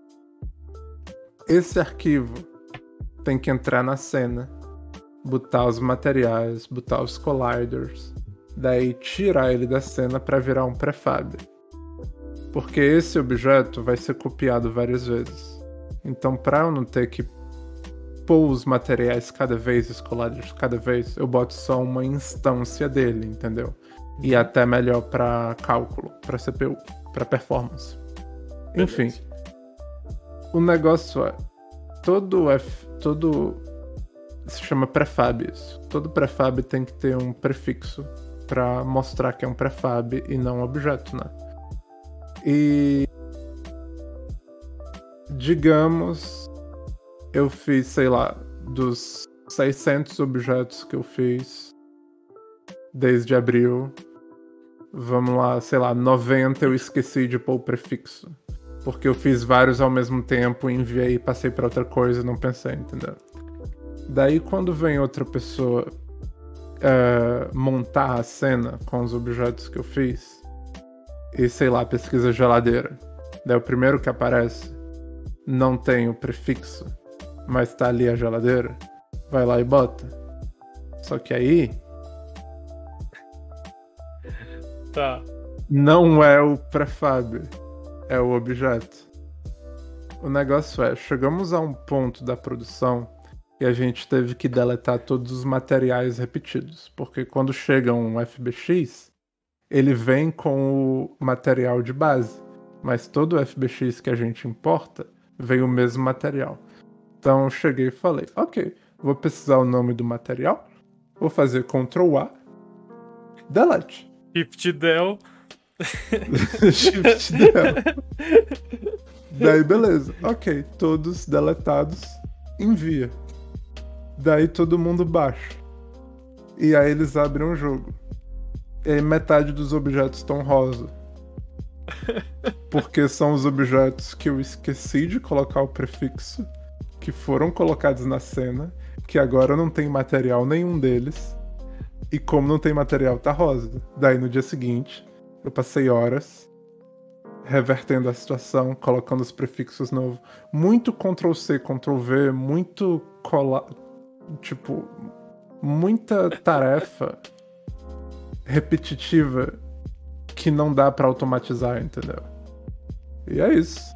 esse arquivo tem que entrar na cena, botar os materiais, botar os colliders, daí tirar ele da cena pra virar um prefab. Porque esse objeto vai ser copiado várias vezes. Então, pra eu não ter que pôr os materiais cada vez, os colliders cada vez, eu boto só uma instância dele, entendeu? E até melhor pra cálculo, pra C P U, pra performance. Enfim, o negócio é, todo F, todo se chama prefab isso. Todo prefab tem que ter um prefixo para mostrar que é um prefab e não um objeto, né? E digamos, eu fiz, sei lá, dos seiscentos objetos que eu fiz desde abril, vamos lá, sei lá, noventa eu esqueci de pôr o prefixo. Porque eu fiz vários ao mesmo tempo, enviei, passei pra outra coisa e não pensei, entendeu? Daí quando vem outra pessoa uh, montar a cena com os objetos que eu fiz, e sei lá, pesquisa geladeira, daí o primeiro que aparece não tem o prefixo, mas tá ali a geladeira, vai lá e bota. Só que aí... Tá. Não é o prefab, é o objeto. O negócio é, chegamos a um ponto da produção que a gente teve que deletar todos os materiais repetidos, porque quando chega um F B X, ele vem com o material de base, mas todo F B X que a gente importa vem o mesmo material. Então eu cheguei e falei, ok, vou precisar o nome do material, vou fazer control A, delete. Shift del. Shift del. Daí beleza, ok, todos deletados, envia. Daí todo mundo baixa. E aí eles abrem um jogo. E aí metade dos objetos estão rosa. Porque são os objetos que eu esqueci de colocar o prefixo, que foram colocados na cena, que agora não tem material nenhum deles. E como não tem material, tá rosa. Daí no dia seguinte, eu passei horas revertendo a situação, colocando os prefixos novos. Muito control C, control V, muito cola... Tipo, muita tarefa repetitiva que não dá pra automatizar, entendeu? E é isso.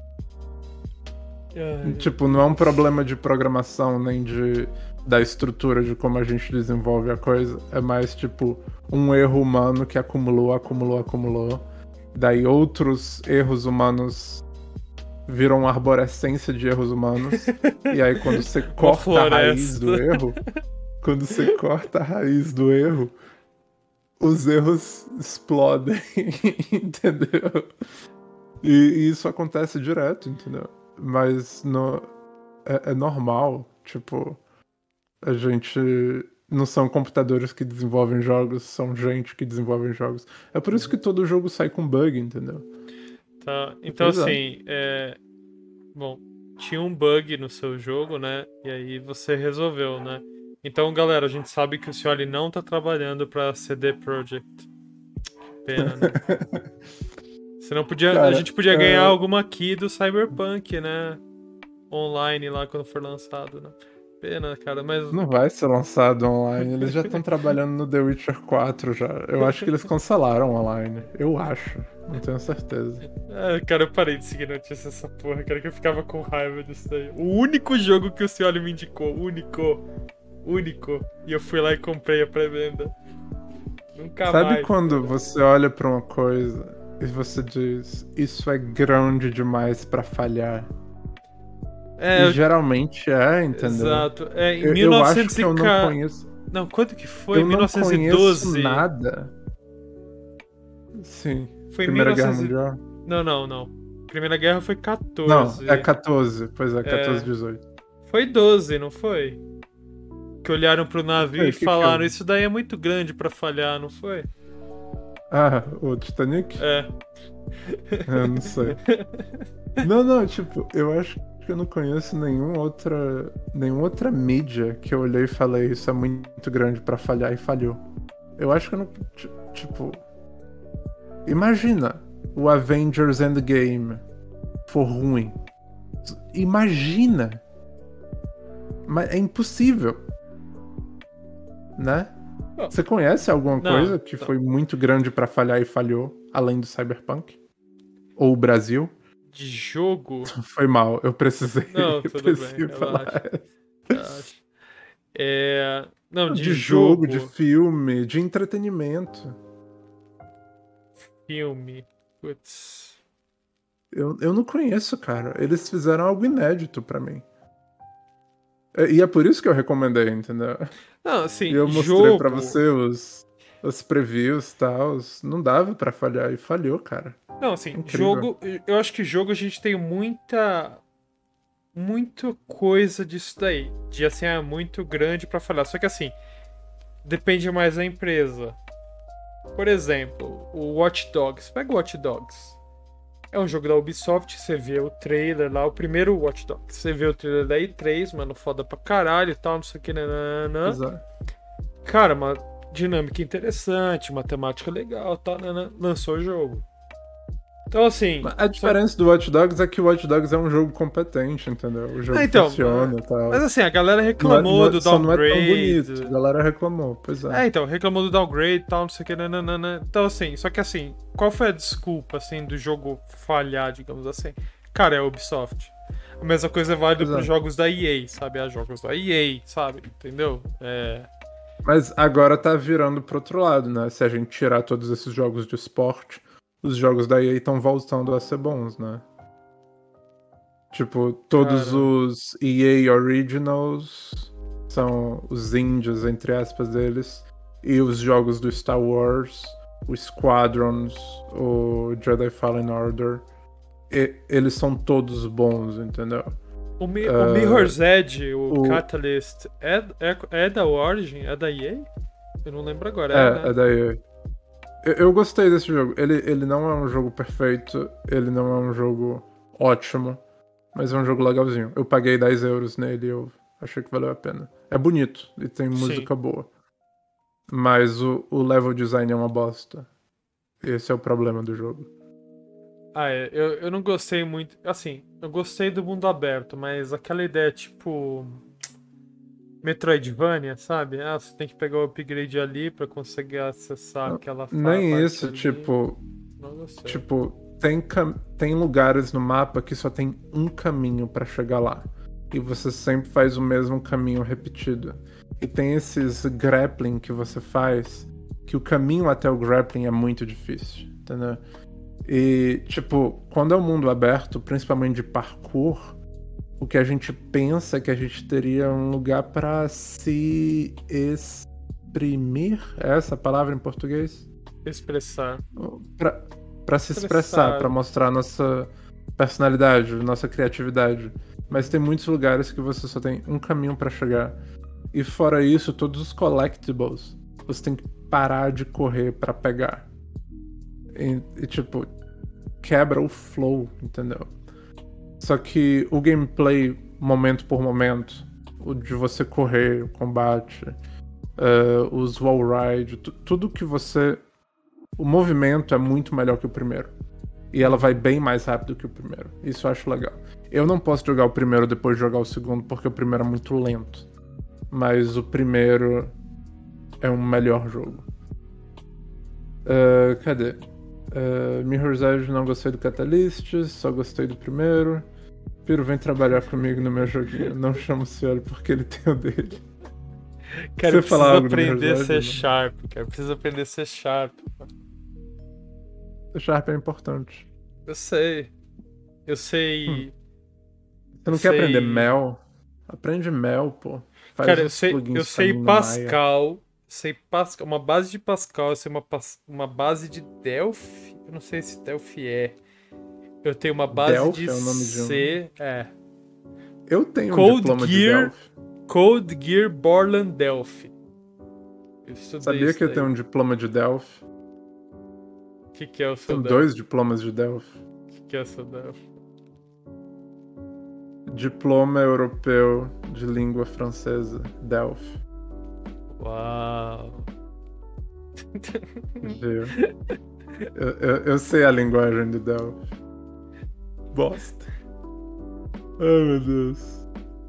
Ai, tipo, não é um problema de programação, nem de da estrutura de como a gente desenvolve a coisa. É mais, tipo, um erro humano que acumulou, acumulou, acumulou. Daí outros erros humanos viram uma arborescência de erros humanos. E aí quando você corta a raiz do erro, quando você corta a raiz do erro, os erros explodem, entendeu? E, e isso acontece direto, entendeu? Mas no, é, é normal, tipo, a gente... Não são computadores que desenvolvem jogos, são gente que desenvolve jogos. É por isso que todo jogo sai com bug, entendeu? Tá, então Pois é. assim, é... Bom, tinha um bug no seu jogo, né? E aí você resolveu, né? Então, galera, a gente sabe que o senhor não tá trabalhando pra C D Projekt. Pena, né? Senão podia, Cara, a gente podia é... ganhar alguma aqui do Cyberpunk, né? Online lá quando for lançado, né? Pena, cara, mas... Não vai ser lançado online, eles já estão trabalhando no The Witcher quatro já. Eu acho que eles cancelaram online. Eu acho, não tenho certeza. É, cara, eu parei de seguir notícia dessa porra, cara, que eu ficava com raiva disso daí. O único jogo que o senhor me indicou, único, único, e eu fui lá e comprei a pré-venda. Nunca Sabe mais. quando cara. você olha pra uma coisa e você diz, isso é grande demais pra falhar? É, e eu... geralmente é, entendeu? Exato. É, em eu, mil e novecentos eu acho que eu não conheço. Não, quanto que foi? Eu mil novecentos e doze. Não conheço nada. Sim. Foi Primeira mil e novecentos... Guerra Mundial. Não, não, não. Primeira Guerra foi quatorze. Não, é quatorze. Pois é, quatorze, É. dezoito. Foi doze, não foi? Que olharam pro navio Foi, e que que falaram, eu- isso daí é muito grande pra falhar, não foi? Ah, o Titanic? É. Eu não sei. Não, não, tipo, eu acho que eu não conheço nenhuma outra, nenhuma outra mídia que eu olhei e falei, isso é muito grande pra falhar e falhou. Eu acho que eu não. ti- Tipo. Imagina o Avengers Endgame for ruim. Imagina! Mas é impossível. Né? Não. Você conhece alguma Não, coisa que não. foi muito grande pra falhar e falhou, além do Cyberpunk? Ou o Brasil? De jogo? Foi mal, eu precisei, Não, eu tudo precisei bem, falar. relaxa. Relaxa. É... Não, de, De jogo, jogo, de filme, de entretenimento. filme. Putz. Eu, eu não conheço, cara. Eles fizeram algo inédito pra mim. E é por isso que eu recomendei, entendeu? Não, assim, E eu mostrei jogo... pra você os, os previews e tal. Não dava pra falhar. E falhou, cara. Não, assim, Incrível. jogo... Eu acho que jogo a gente tem muita... Muita coisa disso daí. De, assim, é muito grande pra falhar. Só que, assim, depende mais da empresa. Por exemplo, o Watch Dogs. Pega o Watch Dogs. É um jogo da Ubisoft, você vê o trailer lá, o primeiro Watch Dogs. Você vê o trailer da E três, mano, foda pra caralho e tal, não sei o que, nanana. Exato. Cara, uma dinâmica interessante, uma temática legal, tal, nanana. Lançou o jogo. Então, assim... A diferença do Watch Dogs é que o Watch Dogs é um jogo competente, entendeu? O jogo Ah, então, funciona e tal. Mas assim, a galera Não é- reclamou não é- do só não é tão downgrade. bonito. A galera reclamou, pois é. É, então, reclamou do downgrade e tal, não sei o que, nananana. Então, assim, só que assim, qual foi a desculpa, assim, do jogo falhar, digamos assim? Cara, é a Ubisoft. A mesma coisa é válida Pois é. pros jogos da E A, sabe? Há jogos da E A, sabe? Entendeu? É... Mas agora tá virando pro outro lado, né? Se a gente tirar todos esses jogos de esporte, os jogos da E A estão voltando a ser bons, né? Tipo, todos Cara. os E A Originals são os indies, entre aspas, deles. E os jogos do Star Wars, o Squadrons, o Jedi Fallen Order. E- eles são todos bons, entendeu? O, Mi Ah, o Mirror's Edge, o, o- Catalyst, é, é, é da Origin? É da E A? Eu não lembro agora. É, É, né? é da E A. Eu, eu gostei desse jogo. Ele, ele não é um jogo perfeito, ele não é um jogo ótimo, mas é um jogo legalzinho. Eu paguei dez euros nele e eu achei que valeu a pena. É bonito e tem música boa. Mas o, o level design é uma bosta. Esse é o problema do jogo. Ah, é. Eu, eu não gostei muito. Assim, eu gostei do mundo aberto, mas aquela ideia tipo. Metroidvania, sabe? Ah, você tem que pegar o upgrade ali pra conseguir acessar Não, aquela fa- Nem parte isso, ali. tipo. Não gostei. Tipo, tem, cam- tem lugares no mapa que só tem um caminho pra chegar lá. E você sempre faz o mesmo caminho repetido. E tem esses grappling que você faz, que o caminho até o grappling é muito difícil, entendeu? E, tipo, quando é um mundo aberto, principalmente de parkour, o que a gente pensa é que a gente teria um lugar pra se exprimir, é essa a palavra em português? Expressar. Pra, pra se Expressar. expressar, pra mostrar nossa personalidade, nossa criatividade. Mas tem muitos lugares que você só tem um caminho pra chegar. E fora isso, todos os collectibles, você tem que parar de correr pra pegar. E, e, tipo, quebra o flow, entendeu? Só que o gameplay, momento por momento, o de você correr, o combate, uh, os wall ride, tu- tudo que você... O movimento é muito melhor que o primeiro. E ela vai bem mais rápido que o primeiro. Isso eu acho legal. Eu não posso jogar o primeiro depois de jogar o segundo, porque o primeiro é muito lento. Mas o primeiro é um melhor jogo. Uh, cadê? Uh, Mirror's Edge não gostei do Catalyst, só gostei do primeiro. Piro, vem trabalhar comigo no meu joguinho. Não chamo o senhor porque ele tem o dele. Cara, Você eu falar preciso algo do aprender Mirror's C Edge, né? Sharp, cara. Eu preciso aprender C Sharp. O Sharp é importante. Eu sei. Eu sei. Você não Sei. quer aprender Mel? Aprende Mel, pô. Faz Cara, eu uns sei, plugins eu sei pra mim no Maya. Pascal. Sei Pascal. Uma base de Pascal, eu sei uma, pas- uma base de Delphi. Eu não sei se Delphi é. Eu tenho uma base Delphi de é o nome de um- C. É. Eu tenho um Code diploma de Gear. Delphi. Code Gear Borland Delphi. Eu estudei Sabia isso que eu daí. tenho um diploma de Delphi? O que, que é o seu Tenho Delphi? dois diplomas de Delphi. O que, que é o seu Delphi? Diploma Europeu de Língua Francesa, Delphi. Uau. Viu? eu, eu, eu sei a linguagem de Delphi. Bosta. Ai, meu Deus.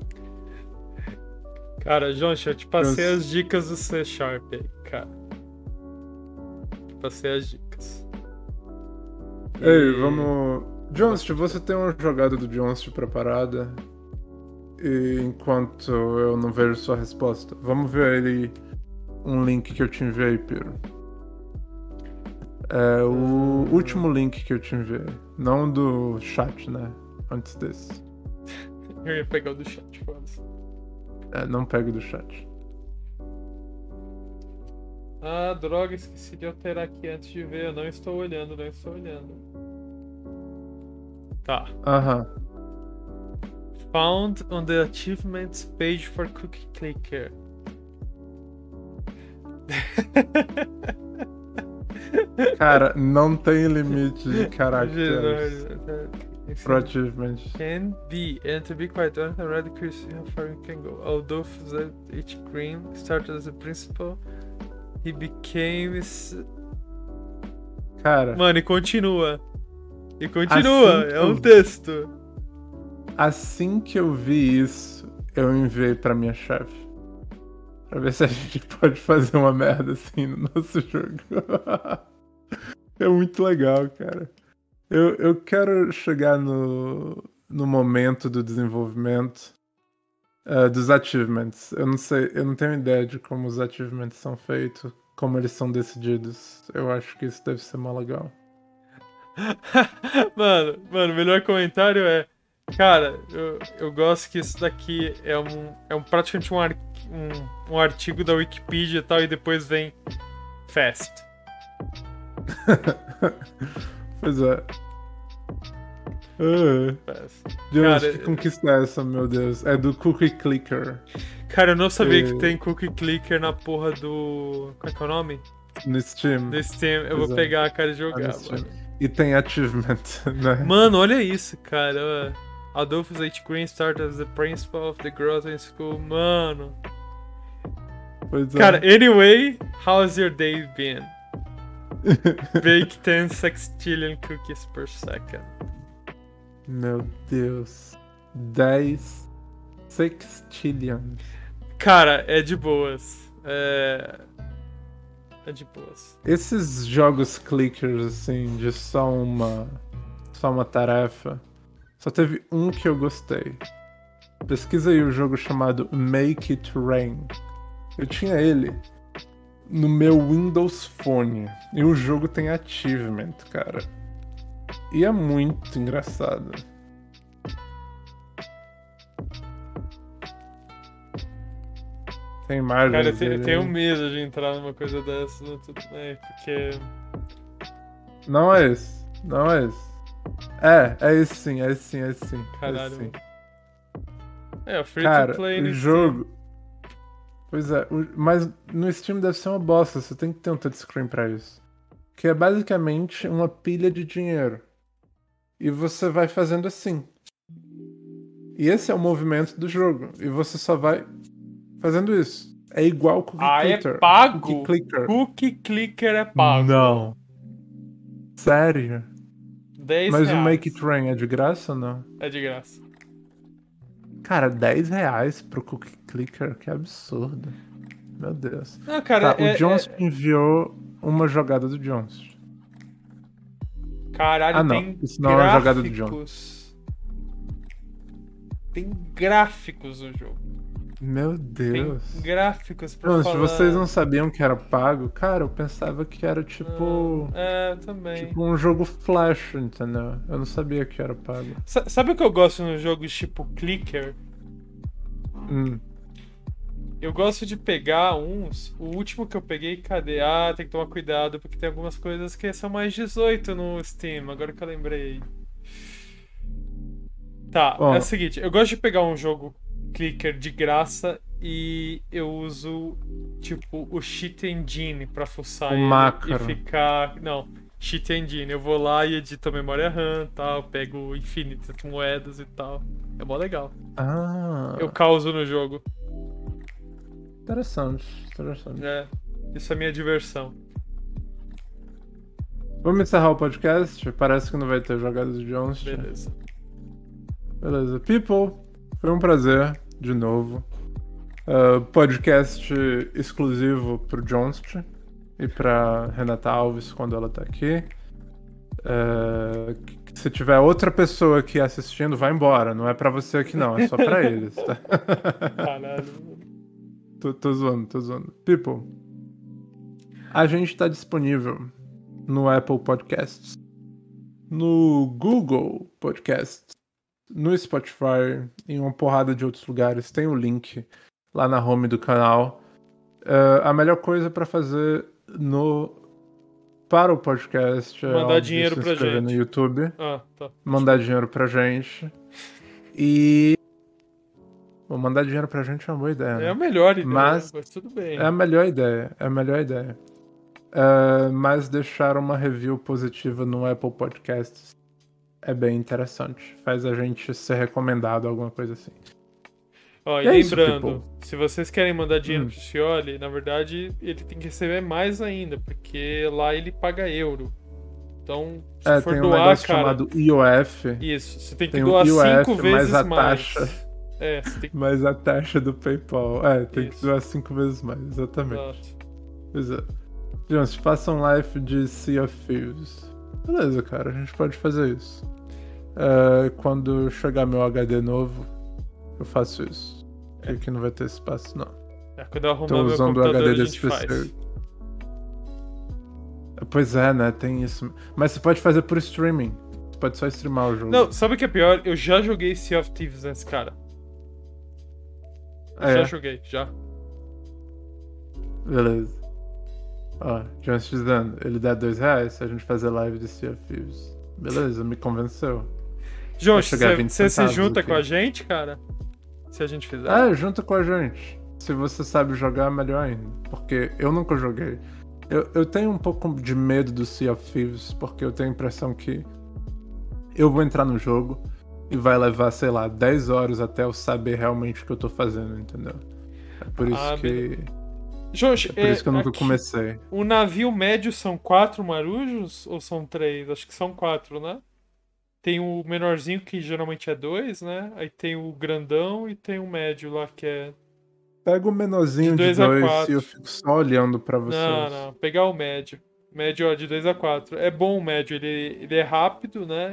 Cara, João, eu te passei Eu- as dicas do C Sharp aí, cara. Te passei as dicas. Ei, E- vamos... Johnston, você tem uma jogada do Johnston preparada? E enquanto eu não vejo sua resposta, vamos ver aí um link que eu te enviei, Piro. É o último link que eu te enviei. Não do chat, né? Antes desse. Eu ia pegar o do chat, foda-se. É, não pegue do chat. Ah, droga, esqueci de alterar aqui antes de ver. Eu não estou olhando, não estou olhando. Tá. Aham. Found on the achievements page for Cookie Clicker. Cara, não tem limite de caracteres pro Can achievement. be, and to be quite honest, I'm already curious how far we can go. Although H. Green started as a principal, he became. Cara, Mano, e continua. E continua, Assim é um que eu- texto. assim que eu vi isso, eu enviei pra minha chefe. Pra ver se a gente pode fazer uma merda assim no nosso jogo. É muito legal, cara. Eu, eu quero chegar no, no momento do desenvolvimento eh, dos achievements. Eu não sei, eu não tenho ideia de como os achievements são feitos, como eles são decididos. Eu acho que isso deve ser mó legal. Mano, mano, o melhor comentário é. Cara, eu, eu gosto que isso daqui é um, é um praticamente um, ar, um, um artigo da Wikipedia e tal, e depois vem Fast. Pois é. Ah, Fast. Deus, Cara, que conquista é essa, meu Deus? É do Cookie Clicker Cara, eu não sabia É. que tem Cookie Clicker na porra do. Qual é que é o nome? no Steam. Do Steam. Eu Pois vou é. pegar a cara e Tá no jogar, Steam. mano. E tem achievement, né? Mano, olha isso, cara. Adolphus H. Green started as the principal of the Groton School. Mano. Pois é. Cara, anyway, how's your day been? Bake ten sextillion cookies per second. Meu Deus. dez sextillion. Cara, é de boas. É. É de boas. Esses jogos clickers, assim, de só uma. Só uma tarefa. Só teve um que eu gostei. Pesquisa aí o jogo chamado Make It Rain. Eu tinha ele no meu Windows Phone. E o jogo tem achievement, cara. E é muito engraçado. Tem imagens Cara, eu, te- eu dele. tenho medo de entrar numa coisa dessa, né, tudo bem, porque. Não é esse. Não é esse. É, é esse sim, é esse sim, é esse sim. é Caralho. esse sim. É, o free Cara, to play o no jogo. Pois é, o- mas no Steam deve ser uma bosta, você tem que ter um touchscreen pra isso. Que é basicamente uma pilha de dinheiro. E você vai fazendo assim. E esse é o movimento do jogo. E você só vai fazendo isso. É igual Cookie Ah, é Clicker. pago? Cookie Clicker. Cookie Clicker é pago. Não. Sério? dez Mas reais. o Make It Rain é de graça ou não? É de graça. Cara, dez reais pro Cookie Clicker? Que absurdo. Meu Deus. Não, cara, Tá, é, o Jones é- enviou uma jogada do Jones. Caralho, Ah, não. tem Isso não é uma jogada do gráficos. Tem gráficos no jogo. Meu Tem Deus. gráficos pra Não, falar. se vocês não sabiam que era pago, cara, eu pensava que era tipo. É, também. Tipo um jogo flash, entendeu? Eu não sabia que era pago. Sa- Sabe o que eu gosto nos jogos tipo Clicker? Hum. Eu gosto de pegar uns. O último que eu peguei, cadê? Ah, tem que tomar cuidado, porque tem algumas coisas que são mais dezoito no Steam, agora que eu lembrei. Tá, Ó. é o seguinte, eu gosto de pegar um jogo clicker de graça e eu uso, tipo, o Cheat Engine pra fuçar O ele macro. e ficar... Não, Cheat Engine. Eu vou lá e edito a memória RAM e tal, pego infinitas moedas e tal. É mó legal. Ah. Eu causo no jogo. Interessante, interessante. É, isso é minha diversão. Vamos encerrar o podcast? Parece que não vai ter jogada do Jones. Beleza. Beleza. People, foi um prazer, de novo. Uh, podcast exclusivo pro Johnst e pra Renata Alves quando ela tá aqui. Uh, se tiver outra pessoa aqui assistindo, vai embora. Não é pra você aqui não, é só pra eles, tá? Caralho. tô, tô zoando, tô zoando. People, a gente tá disponível no Apple Podcasts, no Google Podcasts, no Spotify, em uma porrada de outros lugares. Tem o link lá na home do canal. Uh, a melhor coisa pra fazer no para o podcast é Mandar óbvio, dinheiro se pra inscrever gente. no YouTube, Ah, tá. mandar dinheiro pra gente. E Bom, mandar dinheiro pra gente é uma boa ideia, É né? a melhor ideia, Mas mas tudo bem. É a melhor ideia, é a melhor ideia. Uh, mas deixar uma review positiva no Apple Podcasts é bem interessante. Faz a gente ser recomendado, alguma coisa assim. Ó, e, E é isso, lembrando, people. se vocês querem mandar dinheiro Hum. pro Scioli, na verdade, ele tem que receber mais ainda, porque lá ele paga euro. Então, se É, for tem um doar, negócio cara... chamado I O F, Isso, você tem que Tem o doar I O F cinco mais vezes a mais. taxa. É, você tem que... mais a taxa do PayPal. É, tem que Isso. doar cinco vezes mais, exatamente. Exato. Pois é. Jones, faça um live de Sea of Thieves. Beleza, cara, a gente pode fazer isso. É, quando chegar meu H D novo, eu faço isso. Porque aqui não vai ter espaço, não. É, quando eu arrumar Tô meu usando o computador, H D a desse gente P faz. C. Pois é, né? Tem isso. Mas você pode fazer por streaming. Você pode só streamar o jogo. Não, sabe o que é pior? Eu já joguei Sea of Thieves nesse cara. Eu Ah, já é? joguei, já. Beleza. Ó, Jones dizendo, ele dá dois reais se a gente fazer live de Sea of Thieves. Beleza, me convenceu. João, Vai chegar a vinte você se centavos junta aqui. com a gente, cara? Se a gente fizer? É, junta com a gente. Se você sabe jogar, melhor ainda. Porque eu nunca joguei. Eu, eu tenho um pouco de medo do Sea of Thieves, porque eu tenho a impressão que eu vou entrar no jogo e vai levar, sei lá, dez horas até eu saber realmente o que eu tô fazendo, entendeu? É por isso Ah, que. Josh, É por isso que eu nunca aqui, comecei. o navio médio são quatro marujos ou são três? Acho que são quatro, né? Tem o menorzinho que geralmente é dois, né? Aí tem o grandão e tem o médio lá que é... Pega o menorzinho De de dois dois, a quatro. e eu fico só olhando pra vocês. Não, não. Pegar o médio. Médio, ó, de dois a quatro. É bom o médio, ele, ele é rápido, né?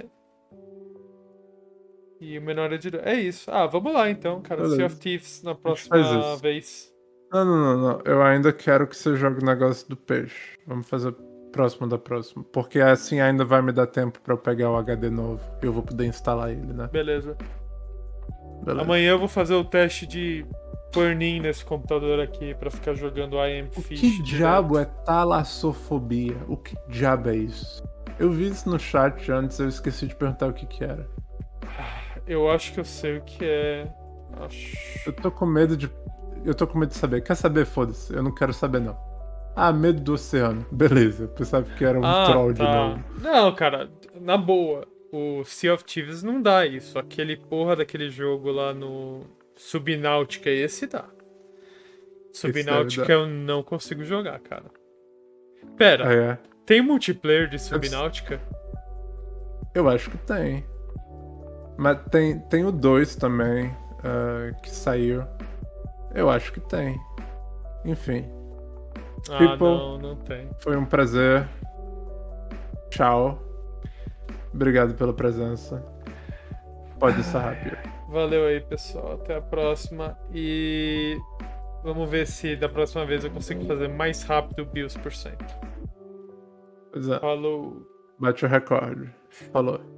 E o menor é de dois. É isso. Ah, vamos lá então, cara. Beleza. Sea of Thieves na faz próxima isso. vez. Não, não, não, não. Eu ainda quero que você jogue o negócio do peixe. Vamos fazer próximo da próxima. Porque assim ainda vai me dar tempo pra eu pegar o H D novo. E eu vou poder instalar ele, né? Beleza. Beleza. Amanhã eu vou fazer o teste de burn-in nesse computador aqui pra ficar jogando I Am O Fish. que direto. diabo é talassofobia? O que diabo é isso? Eu vi isso no chat antes, eu esqueci de perguntar o que que era. Eu acho que eu sei o que é. Acho. Eu tô com medo de... Eu tô com medo de saber. Quer saber? Foda-se. Eu não quero saber, não. Ah, medo do oceano. Beleza. Eu pensava que era um Ah, troll de tá. novo. Não, cara, na boa. O Sea of Thieves não dá isso. Aquele porra daquele jogo lá no Subnáutica, esse dá. Subnáutica dar. eu não consigo jogar, cara. Pera, Ah, é. tem multiplayer de Subnáutica? Eu acho que tem. Mas tem, tem o dois também, uh, que saiu. Eu acho que tem. Enfim, Ah, People. não, não tem. foi um prazer. Tchau. Obrigado pela presença. Pode encerrar, Pio. Valeu aí, pessoal. Até a próxima. E vamos ver se da próxima vez eu consigo fazer mais rápido o Bills por cento. Pois é. Falou. Bate o recorde. Falou.